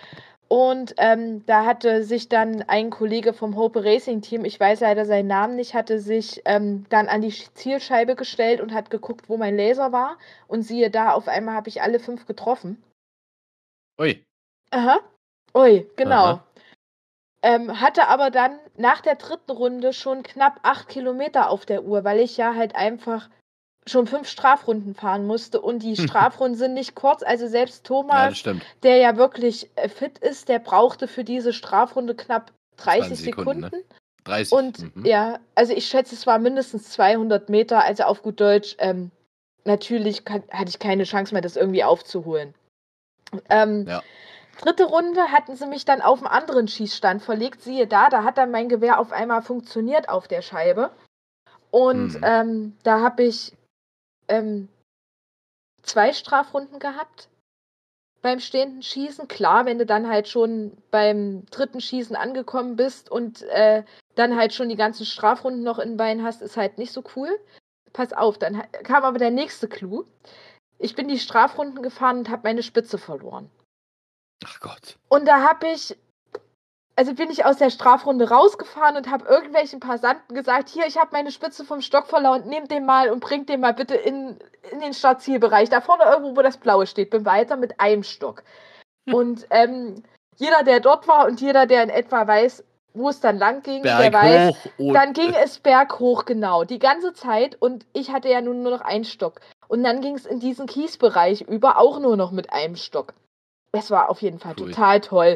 B: Und ähm, da hatte sich dann ein Kollege vom Hope Racing Team, ich weiß leider seinen Namen nicht, hatte sich ähm, dann an die Zielscheibe gestellt und hat geguckt, wo mein Laser war. Und siehe da, auf einmal habe ich alle fünf getroffen.
D: Ui.
B: Aha. Ui, genau.
D: Aha.
B: Ähm, hatte aber dann nach der dritten Runde schon knapp acht Kilometer auf der Uhr, weil ich ja halt einfach schon fünf Strafrunden fahren musste und die Strafrunden sind nicht kurz. Also selbst
D: Ja, das
B: Thomas,
D: stimmt.
B: der ja wirklich äh, fit ist, der brauchte für diese Strafrunde knapp dreißig
D: zwanzig Sekunden,
B: Sekunden.
D: ne? dreißig.
B: Und
D: Mhm.
B: ja, also ich schätze, es war mindestens zweihundert Meter, also auf gut Deutsch, ähm, natürlich kann, hatte ich keine Chance mehr, das irgendwie aufzuholen. Ähm,
D: Ja.
B: Dritte Runde hatten sie mich dann auf einen anderen Schießstand verlegt. Siehe da, da hat dann mein Gewehr auf einmal funktioniert auf der Scheibe. Und
D: Mhm.
B: ähm, da habe ich ähm, zwei Strafrunden gehabt beim stehenden Schießen. Klar, wenn du dann halt schon beim dritten Schießen angekommen bist und äh, dann halt schon die ganzen Strafrunden noch in den Beinen hast, ist halt nicht so cool. Pass auf, dann ha- kam aber der nächste Clou. Ich bin die Strafrunden gefahren und habe meine Spitze verloren.
D: Ach Gott.
B: Und da habe ich, also bin ich aus der Strafrunde rausgefahren und habe irgendwelchen Passanten gesagt, hier, ich habe meine Spitze vom Stock verloren, nehmt den mal und bringt den mal bitte in, in den Startzielbereich. Da vorne irgendwo, wo das Blaue steht, bin weiter mit einem Stock. Und ähm, jeder, der dort war und jeder, der in etwa weiß, wo es dann lang ging, der
D: Berg
B: weiß,
D: hoch und
B: dann ging es berghoch, genau, die ganze Zeit. Und ich hatte ja nun nur noch einen Stock. Und dann ging es in diesen Kiesbereich über, auch nur noch mit einem Stock. Es war auf jeden Fall
D: Cool.
B: total toll.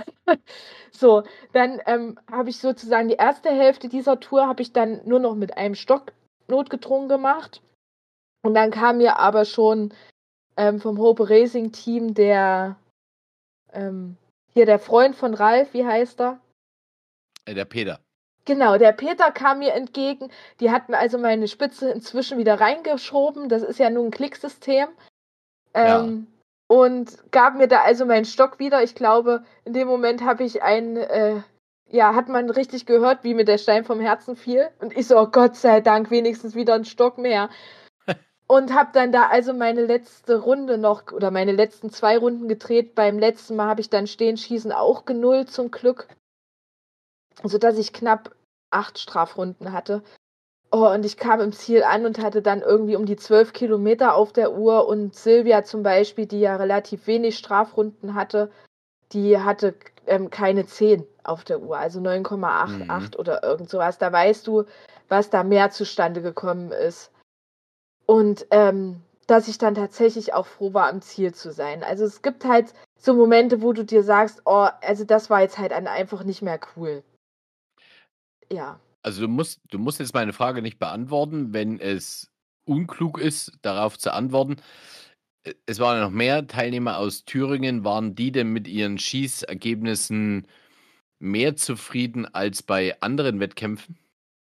B: So, dann ähm, habe ich sozusagen die erste Hälfte dieser Tour habe ich dann nur noch mit einem Stock notgedrungen gemacht. Und dann kam mir aber schon ähm, vom Hope Racing Team der ähm, hier der Freund von Ralf, wie heißt er?
D: Äh, der Peter.
B: Genau, der Peter kam mir entgegen. Die hatten also meine Spitze inzwischen wieder reingeschoben. Das ist ja nun ein Klicksystem.
D: Ja.
B: Ähm, und gab mir da also meinen Stock wieder. Ich glaube, in dem Moment habe ich einen, äh, ja, hat man richtig gehört, wie mir der Stein vom Herzen fiel. Und ich so, oh Gott sei Dank, wenigstens wieder ein Stock mehr. Und habe dann da also meine letzte Runde noch, oder meine letzten zwei Runden gedreht. Beim letzten Mal habe ich dann Stehenschießen auch genullt, zum Glück. Sodass ich knapp acht Strafrunden hatte. Oh, und ich kam im Ziel an und hatte dann irgendwie um die zwölf Kilometer auf der Uhr. Und Silvia zum Beispiel, die ja relativ wenig Strafrunden hatte, die hatte ähm, keine zehn auf der Uhr, also neun Komma acht acht
D: Mhm.
B: oder irgend sowas. Da weißt du, was da mehr zustande gekommen ist. Und ähm, dass ich dann tatsächlich auch froh war, am Ziel zu sein. Also es gibt halt so Momente, wo du dir sagst, oh, also das war jetzt halt einfach nicht mehr cool. Ja.
D: Also du musst, du musst jetzt meine Frage nicht beantworten, wenn es unklug ist, darauf zu antworten. Äh, Es waren noch mehr Teilnehmer aus Thüringen. Waren die denn mit ihren Schießergebnissen mehr zufrieden als bei anderen Wettkämpfen?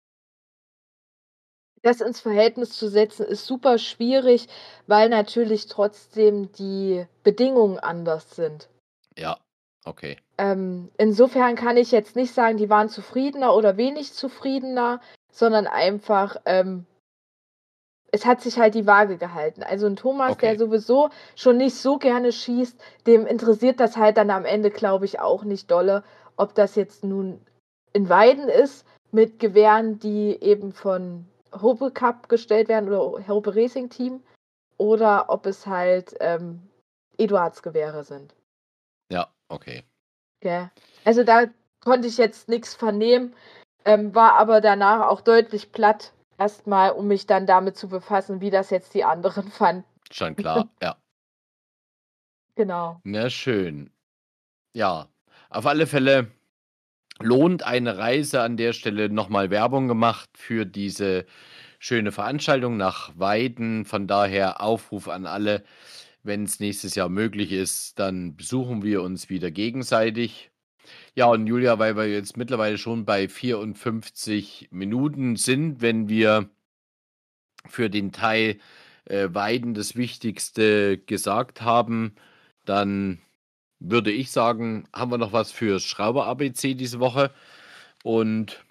B: Das ins Verhältnis zu setzen, ist super schwierig, weil natürlich trotzdem die Bedingungen anders sind.
D: Ja, okay.
B: Ähm, insofern kann ich jetzt nicht sagen, die waren zufriedener oder wenig zufriedener, sondern einfach, ähm, es hat sich halt die Waage gehalten. Also ein Thomas, der
D: Okay.
B: sowieso schon nicht so gerne schießt, dem interessiert das halt dann am Ende, glaube ich, auch nicht dolle, ob das jetzt nun in Weiden ist mit Gewehren, die eben von Hope Cup gestellt werden oder Hope Racing Team oder ob es halt ähm, Eduards Gewehre sind.
D: Ja, okay.
B: Gell? Also da konnte ich jetzt nichts vernehmen, ähm, war aber danach auch deutlich platt, erstmal, um mich dann damit zu befassen, wie das jetzt die anderen fanden.
D: Schon klar, ja.
B: Genau.
D: Na schön. Ja, auf alle Fälle lohnt eine Reise an der Stelle nochmal Werbung gemacht für diese schöne Veranstaltung nach Weiden. Von daher Aufruf an alle, wenn es nächstes Jahr möglich ist, dann besuchen wir uns wieder gegenseitig. Ja, und Julia, weil wir jetzt mittlerweile schon bei vierundfünfzig Minuten sind, wenn wir für den Teil äh, Weiden das Wichtigste gesagt haben, dann würde ich sagen, haben wir noch was für Schrauber-A B C diese Woche. Und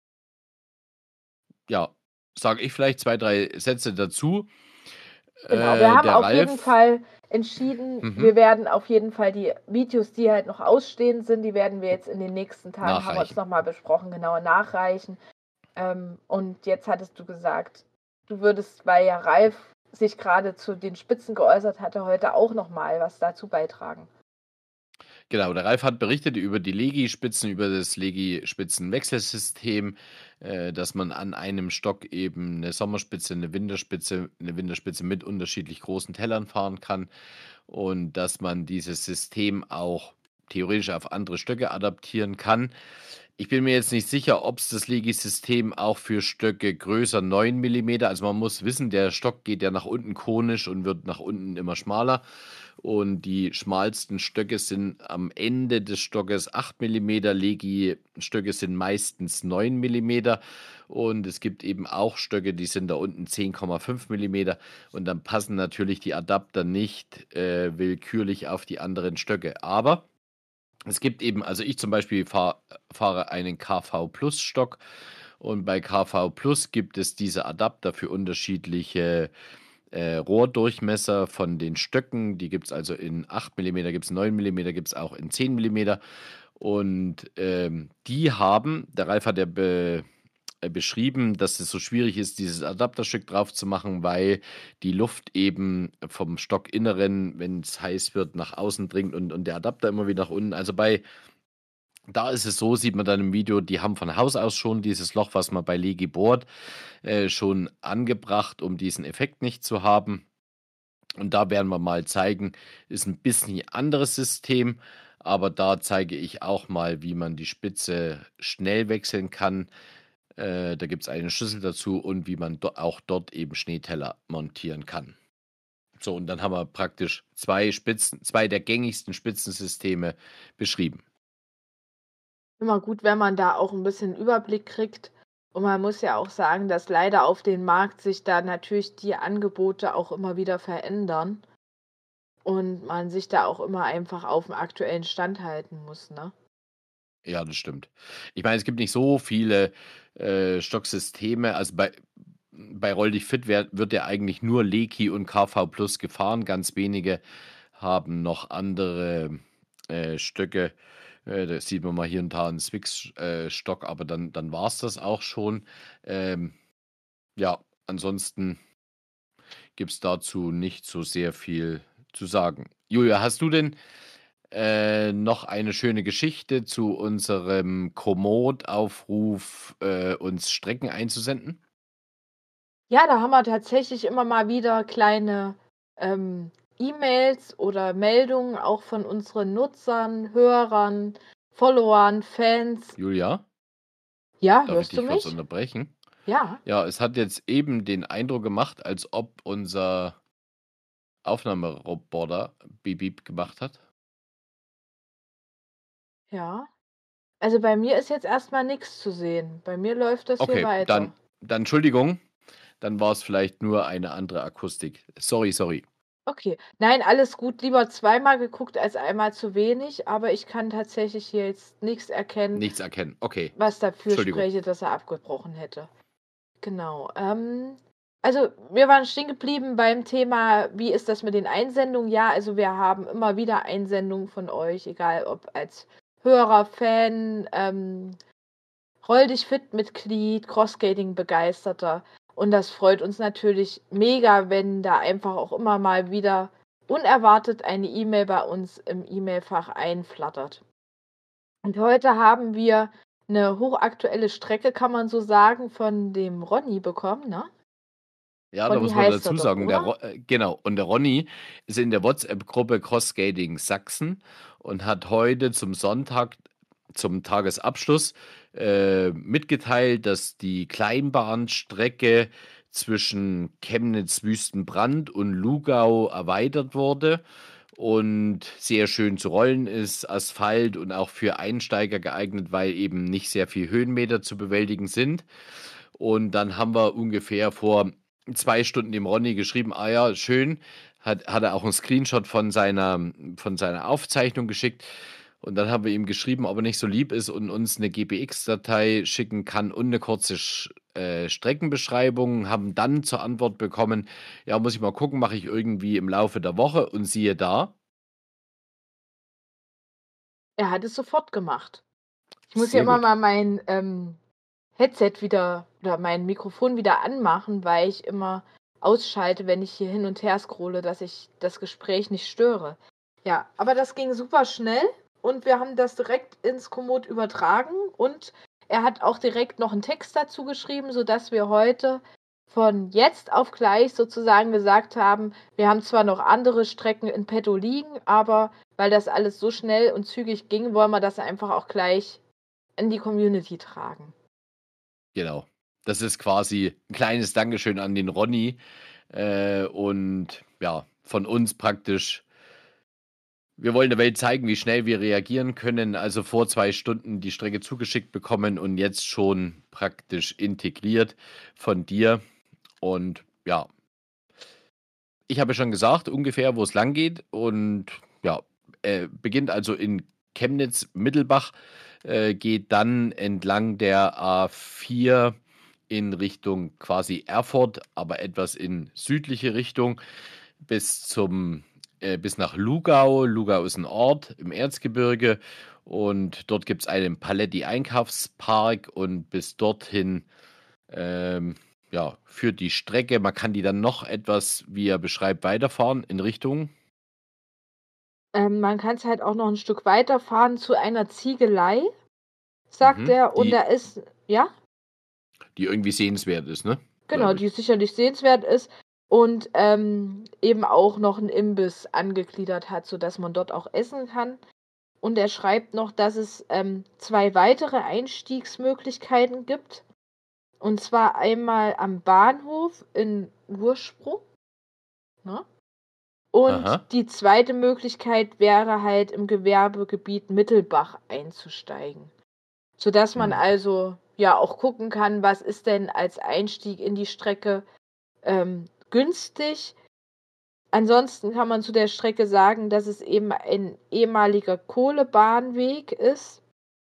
D: ja, sage ich vielleicht zwei, drei Sätze dazu.
B: Genau, wir
D: Äh,
B: haben
D: der
B: auf jeden
D: Ralf,
B: Fall entschieden,
D: Mhm.
B: wir werden auf jeden Fall die Videos, die halt noch ausstehend sind, die werden wir jetzt in den nächsten Tagen, haben wir uns
D: Nachreichen.
B: nochmal besprochen, genauer nachreichen. Ähm, und jetzt hattest du gesagt, du würdest, weil ja Ralf sich gerade zu den Spitzen geäußert hatte, heute auch nochmal was dazu beitragen.
D: Genau, der Ralf hat berichtet über die Legi-Spitzen, über das Legi-Spitzen-Wechselsystem, äh, dass man an einem Stock eben eine Sommerspitze, eine Winterspitze, eine Winterspitze mit unterschiedlich großen Tellern fahren kann und dass man dieses System auch theoretisch auf andere Stöcke adaptieren kann. Ich bin mir jetzt nicht sicher, ob es das Legi-System auch für Stöcke größer neun Millimeter, also man muss wissen, der Stock geht ja nach unten konisch und wird nach unten immer schmaler. Und die schmalsten Stöcke sind am Ende des Stockes acht Millimeter, Legi-Stöcke sind meistens neun Millimeter. Und es gibt eben auch Stöcke, die sind da unten zehn Komma fünf Millimeter. Und dann passen natürlich die Adapter nicht äh, willkürlich auf die anderen Stöcke. Aber es gibt eben, also ich zum Beispiel fahr, fahre einen K V Plus Stock und bei K V Plus gibt es diese Adapter für unterschiedliche äh, Rohrdurchmesser von den Stöcken. Die gibt es also in acht Millimeter, gibt es neun Millimeter, gibt es auch in zehn Millimeter. Und ähm, die haben, der Ralf hat ja be, äh, beschrieben, dass es so schwierig ist, dieses Adapterstück drauf zu machen, weil die Luft eben vom Stockinneren, wenn es heiß wird, nach außen dringt und, und der Adapter immer wieder nach unten. Also bei da ist es so, sieht man dann im Video, die haben von Haus aus schon dieses Loch, was man bei Legi bohrt, äh, schon angebracht, um diesen Effekt nicht zu haben. Und da werden wir mal zeigen, ist ein bisschen anderes System, aber da zeige ich auch mal, wie man die Spitze schnell wechseln kann. Äh, da gibt es einen Schlüssel dazu und wie man do auch dort eben Schneeteller montieren kann. So, und dann haben wir praktisch zwei Spitzen, zwei der gängigsten Spitzensysteme beschrieben.
B: Immer gut, wenn man da auch ein bisschen Überblick kriegt. Und man muss ja auch sagen, dass leider auf dem Markt sich da natürlich die Angebote auch immer wieder verändern und man sich da auch immer einfach auf dem aktuellen Stand halten muss, ne?
D: Ja, das stimmt. Ich meine, es gibt nicht so viele äh, Stocksysteme. Also bei, bei Roll dich fit wer- wird ja eigentlich nur Leki und K V Plus gefahren. Ganz wenige haben noch andere äh, Stöcke. Äh, da sieht man mal hier und da einen Swix-Stock, aber dann, dann war es das auch schon. Ähm, ja, ansonsten gibt es dazu nicht so sehr viel zu sagen. Julia, hast du denn äh, noch eine schöne Geschichte zu unserem Komoot-Aufruf, äh, uns Strecken einzusenden?
B: Ja, da haben wir tatsächlich immer mal wieder kleine ähm, E-Mails oder Meldungen auch von unseren Nutzern, Hörern, Followern, Fans.
D: Julia,
B: Ja,
D: darf ich
B: hörst du
D: dich kurz
B: mich?
D: unterbrechen?
B: Ja.
D: Ja, es hat jetzt eben den Eindruck gemacht, als ob unser Aufnahmeroboter Beep Beep gemacht hat.
B: Ja. Also bei mir ist jetzt erstmal nichts zu sehen. Bei mir läuft das hier
D: Okay,
B: weiter.
D: dann, dann Entschuldigung, dann war es vielleicht nur eine andere Akustik. Sorry, sorry.
B: Okay. Nein, alles gut. Lieber zweimal geguckt als einmal zu wenig, aber ich kann tatsächlich hier jetzt nichts erkennen,
D: Nichts erkennen. Okay,
B: was dafür
D: Entschuldigung.
B: spräche, dass er abgebrochen hätte. Genau. Ähm, Also, wir waren stehen geblieben beim Thema, wie ist das mit den Einsendungen? Ja, also wir haben immer wieder Einsendungen von euch, egal ob als Hörer, Fan, ähm, Roll dich fit Mitglied, Crossskating-Begeisterter. Und das freut uns natürlich mega, wenn da einfach auch immer mal wieder unerwartet eine E-Mail bei uns im E-Mail-Fach einflattert. Und heute haben wir eine hochaktuelle Strecke, kann man so sagen, von dem Ronny bekommen, ne?
D: Ja, da
B: Ronny
D: muss man
B: heißt er
D: dazu
B: doch,
D: sagen, der
B: oder?
D: Ro äh, genau, und der Ronny ist in der WhatsApp-Gruppe Cross Skating Sachsen und hat heute zum Sonntag, zum Tagesabschluss, äh, mitgeteilt, dass die Kleinbahnstrecke zwischen Chemnitz-Wüstenbrand und Lugau erweitert wurde und sehr schön zu rollen ist, Asphalt und auch für Einsteiger geeignet, weil eben nicht sehr viel Höhenmeter zu bewältigen sind. Und dann haben wir ungefähr vor zwei Stunden dem Ronny geschrieben, ah ja, schön, hat, hat er auch einen Screenshot von seiner, von seiner Aufzeichnung geschickt. Und dann haben wir ihm geschrieben, ob er nicht so lieb ist und uns eine G P X-Datei schicken kann und eine kurze Sch- äh, Streckenbeschreibung, haben dann zur Antwort bekommen, ja, muss ich mal gucken, mache ich irgendwie im Laufe der Woche und siehe da,
B: Er hat es sofort gemacht. Ich muss ja
D: sehr
B: immer
D: gut.
B: mal mein ähm, Headset wieder oder mein Mikrofon wieder anmachen, weil ich immer ausschalte, wenn ich hier hin und her scrolle, dass ich das Gespräch nicht störe. Ja, aber das ging super schnell und wir haben das direkt ins Komoot übertragen und er hat auch direkt noch einen Text dazu geschrieben, sodass wir heute von jetzt auf gleich sozusagen gesagt haben, wir haben zwar noch andere Strecken in petto liegen, aber weil das alles so schnell und zügig ging, wollen wir das einfach auch gleich in die Community tragen.
D: Genau. Das ist quasi ein kleines Dankeschön an den Ronny äh, und ja, von uns praktisch. Wir wollen der Welt zeigen, wie schnell wir reagieren können. Also vor zwei Stunden die Strecke zugeschickt bekommen und jetzt schon praktisch integriert von dir. Und ja, ich habe schon gesagt, ungefähr, wo es lang geht. Und ja, äh, beginnt also in Chemnitz-Mittelbach, äh, geht dann entlang der A vier in Richtung quasi Erfurt, aber etwas in südliche Richtung bis zum äh, bis nach Lugau. Lugau ist ein Ort im Erzgebirge und dort gibt es einen Paletti-Einkaufspark und bis dorthin ähm, ja, führt die Strecke. Man kann die dann noch etwas, wie er beschreibt, weiterfahren in Richtung,
B: Ähm, man kann es halt auch noch ein Stück weiterfahren zu einer Ziegelei, sagt
D: mhm,
B: er. Und
D: die,
B: da ist, ja,
D: die irgendwie sehenswert ist, ne?
B: genau,
D: Glaube
B: die
D: ich.
B: sicherlich sehenswert ist und ähm, eben auch noch einen Imbiss angegliedert hat, sodass man dort auch essen kann. Und er schreibt noch, dass es ähm, zwei weitere Einstiegsmöglichkeiten gibt. Und zwar einmal am Bahnhof in Ursprung, ne? Und
D: Aha.
B: die zweite Möglichkeit wäre halt im Gewerbegebiet Mittelbach einzusteigen. Sodass man
D: Hm.
B: also ja auch gucken kann, was ist denn als Einstieg in die Strecke ähm, günstig. Ansonsten kann man zu der Strecke sagen, dass es eben ein ehemaliger Kohlebahnweg ist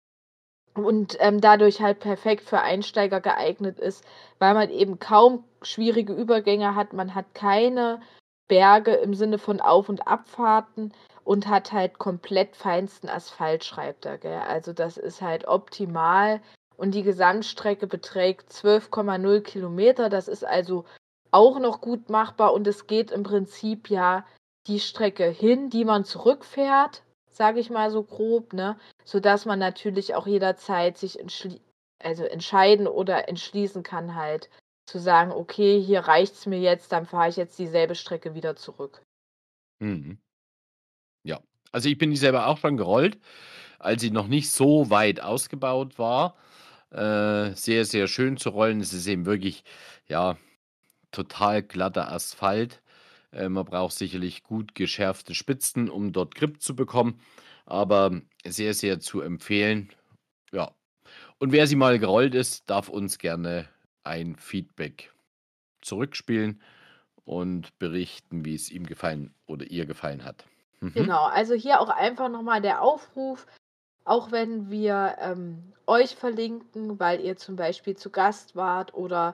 B: und ähm, dadurch halt perfekt für Einsteiger geeignet ist, weil man eben kaum schwierige Übergänge hat. Man hat keine Berge im Sinne von Auf- und Abfahrten und hat halt komplett feinsten Asphalt, schreibt er, gell? Also das ist halt optimal und die Gesamtstrecke beträgt zwölf Komma null Kilometer. Das ist also auch noch gut machbar und es geht im Prinzip ja die Strecke hin, die man zurückfährt, sage ich mal so grob, ne? Sodass man natürlich auch jederzeit sich entschli also entscheiden oder entschließen kann halt zu sagen: „Okay, hier reicht's mir jetzt, dann fahre ich jetzt dieselbe Strecke wieder zurück.“
D: Mhm. Ja. Also ich bin die selber auch schon gerollt, als sie noch nicht so weit ausgebaut war. Äh, sehr, sehr schön zu rollen. Es ist eben wirklich, ja, total glatter Asphalt. Äh, man braucht sicherlich gut geschärfte Spitzen, um dort Grip zu bekommen. Aber sehr, sehr zu empfehlen. Ja. Und wer sie mal gerollt ist, darf uns gerne ein Feedback zurückspielen und berichten, wie es ihm gefallen oder ihr gefallen hat. Mhm.
B: Genau, also hier auch einfach noch mal der Aufruf, auch wenn wir, ähm, euch verlinken, weil ihr zum Beispiel zu Gast wart oder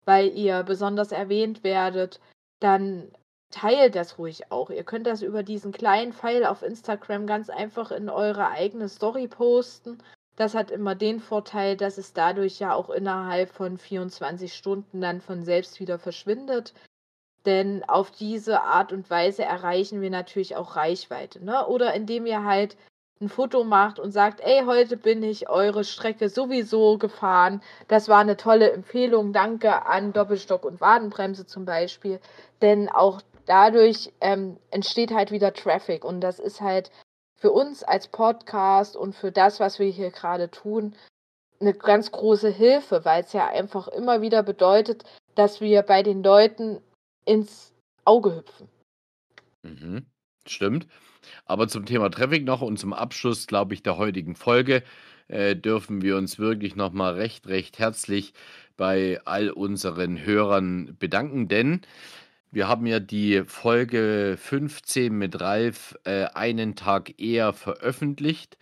B: weil ihr besonders erwähnt werdet, dann teilt das ruhig auch. Ihr könnt das über diesen kleinen Pfeil auf Instagram ganz einfach in eure eigene Story posten. Das hat immer den Vorteil, dass es dadurch ja auch innerhalb von vierundzwanzig Stunden dann von selbst wieder verschwindet. Denn auf diese Art und Weise erreichen wir natürlich auch Reichweite, ne? Oder indem ihr halt ein Foto macht und sagt: „Ey, heute bin ich eure Strecke sowieso gefahren. Das war eine tolle Empfehlung. Danke an Doppelstock und Wadenbremse" zum Beispiel. Denn auch dadurch ähm, entsteht halt wieder Traffic. Und das ist halt für uns als Podcast und für das, was wir hier gerade tun, eine ganz große Hilfe, weil es ja einfach immer wieder bedeutet, dass wir bei den Leuten ins Auge hüpfen.
D: Mhm. Stimmt. Aber zum Thema Traffic noch und zum Abschluss, glaube ich, der heutigen Folge äh, dürfen wir uns wirklich nochmal recht, recht herzlich bei all unseren Hörern bedanken, denn wir haben ja die Folge fünfzehn mit Ralf äh, einen Tag eher veröffentlicht.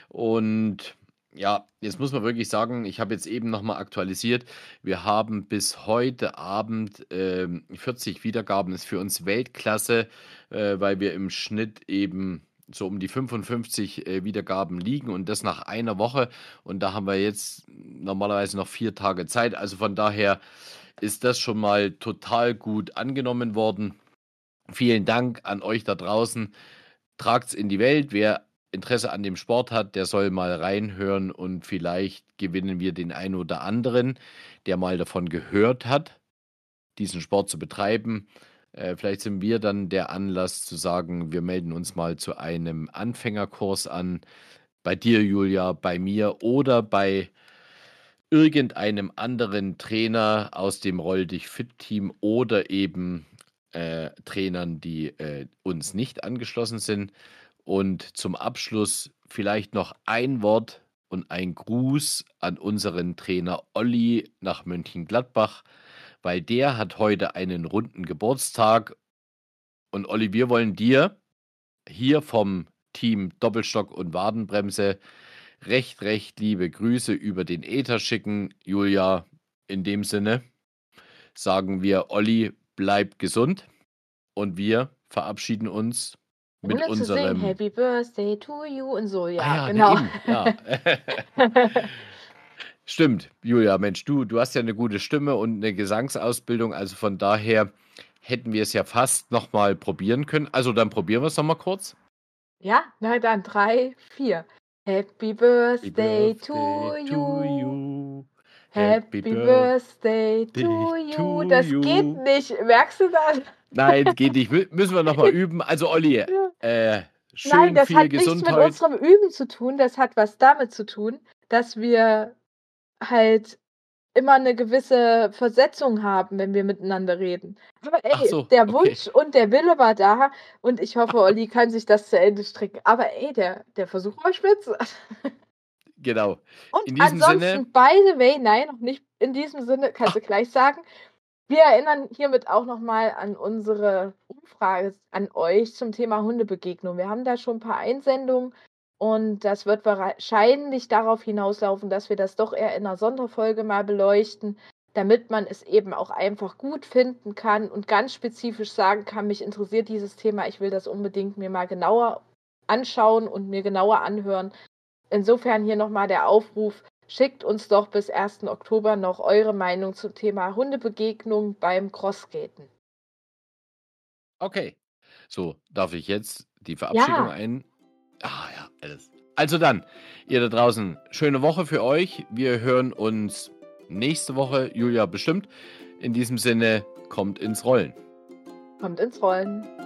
D: Und ja, jetzt muss man wirklich sagen, ich habe jetzt eben nochmal aktualisiert. Wir haben bis heute Abend ähm, vierzig Wiedergaben. Ist für uns Weltklasse, äh, weil wir im Schnitt eben so um die fünfundfünfzig äh, Wiedergaben liegen und das nach einer Woche. Und da haben wir jetzt normalerweise noch vier Tage Zeit. Also von daher ist das schon mal total gut angenommen worden. Vielen Dank an euch da draußen. Tragt's in die Welt. Wer Interesse an dem Sport hat, der soll mal reinhören und vielleicht gewinnen wir den einen oder anderen, der mal davon gehört hat, diesen Sport zu betreiben. Äh, vielleicht sind wir dann der Anlass zu sagen, wir melden uns mal zu einem Anfängerkurs an. Bei dir, Julia, bei mir oder bei irgendeinem anderen Trainer aus dem Roll dich fit Team oder eben äh, Trainern, die äh, uns nicht angeschlossen sind. Und zum Abschluss vielleicht noch ein Wort und ein Gruß an unseren Trainer Olli nach Mönchengladbach, weil der hat heute einen runden Geburtstag. Und Olli, wir wollen dir hier vom Team Doppelstock und Wadenbremse recht, recht liebe Grüße über den Äther schicken. Julia, in dem Sinne sagen wir, Olli, bleib gesund und wir verabschieden uns mit
B: Ohne zu singen
D: unserem...
B: Happy Birthday to you und so,
D: Ah
B: ja,
D: ja,
B: genau.
D: eben, ja. Stimmt, Julia, Mensch, du, du hast ja eine gute Stimme und eine Gesangsausbildung, also von daher hätten wir es ja fast nochmal probieren können. Also dann probieren wir es nochmal kurz.
B: Ja, na dann drei, vier. Happy
D: Happy
B: Birthday to
D: Birthday to
B: you.
D: you.
B: Happy Birthday to you.
D: to
B: Das
D: you.
B: geht nicht. Merkst du das?
D: Nein, geht nicht. Mü- Müssen wir nochmal üben. Also Olli,
B: Ja.
D: äh, schön
B: Nein, das
D: viel
B: hat nichts mit
D: Gesundheit.
B: unserem Üben zu tun. Das hat was damit zu tun, dass wir halt immer eine gewisse Versetzung haben, wenn wir miteinander reden. Aber
D: Ach
B: ey,
D: so,
B: der
D: okay.
B: Wunsch und der Wille war da und ich hoffe, Olli kann sich das zu Ende stricken. Aber ey, der, der Versuch war spitze.
D: Genau.
B: Und
D: In diesem
B: ansonsten,
D: Sinne,
B: by the way, nein, noch nicht in diesem Sinne, kannst du gleich sagen. Wir erinnern hiermit auch nochmal an unsere Umfrage an euch zum Thema Hundebegegnung. Wir haben da schon ein paar Einsendungen und das wird wahrscheinlich darauf hinauslaufen, dass wir das doch eher in einer Sonderfolge mal beleuchten, damit man es eben auch einfach gut finden kann und ganz spezifisch sagen kann, mich interessiert dieses Thema, ich will das unbedingt mir mal genauer anschauen und mir genauer anhören. Insofern hier nochmal der Aufruf, schickt uns doch bis ersten Oktober noch eure Meinung zum Thema Hundebegegnung beim Crossskaten.
D: okay. So, darf ich jetzt die Verabschiedung
B: Ja,
D: ein... Ah ja, alles. Also dann, ihr da draußen, schöne Woche für euch. Wir hören uns nächste Woche, Julia bestimmt. In diesem Sinne, kommt ins Rollen.
B: kommt ins Rollen.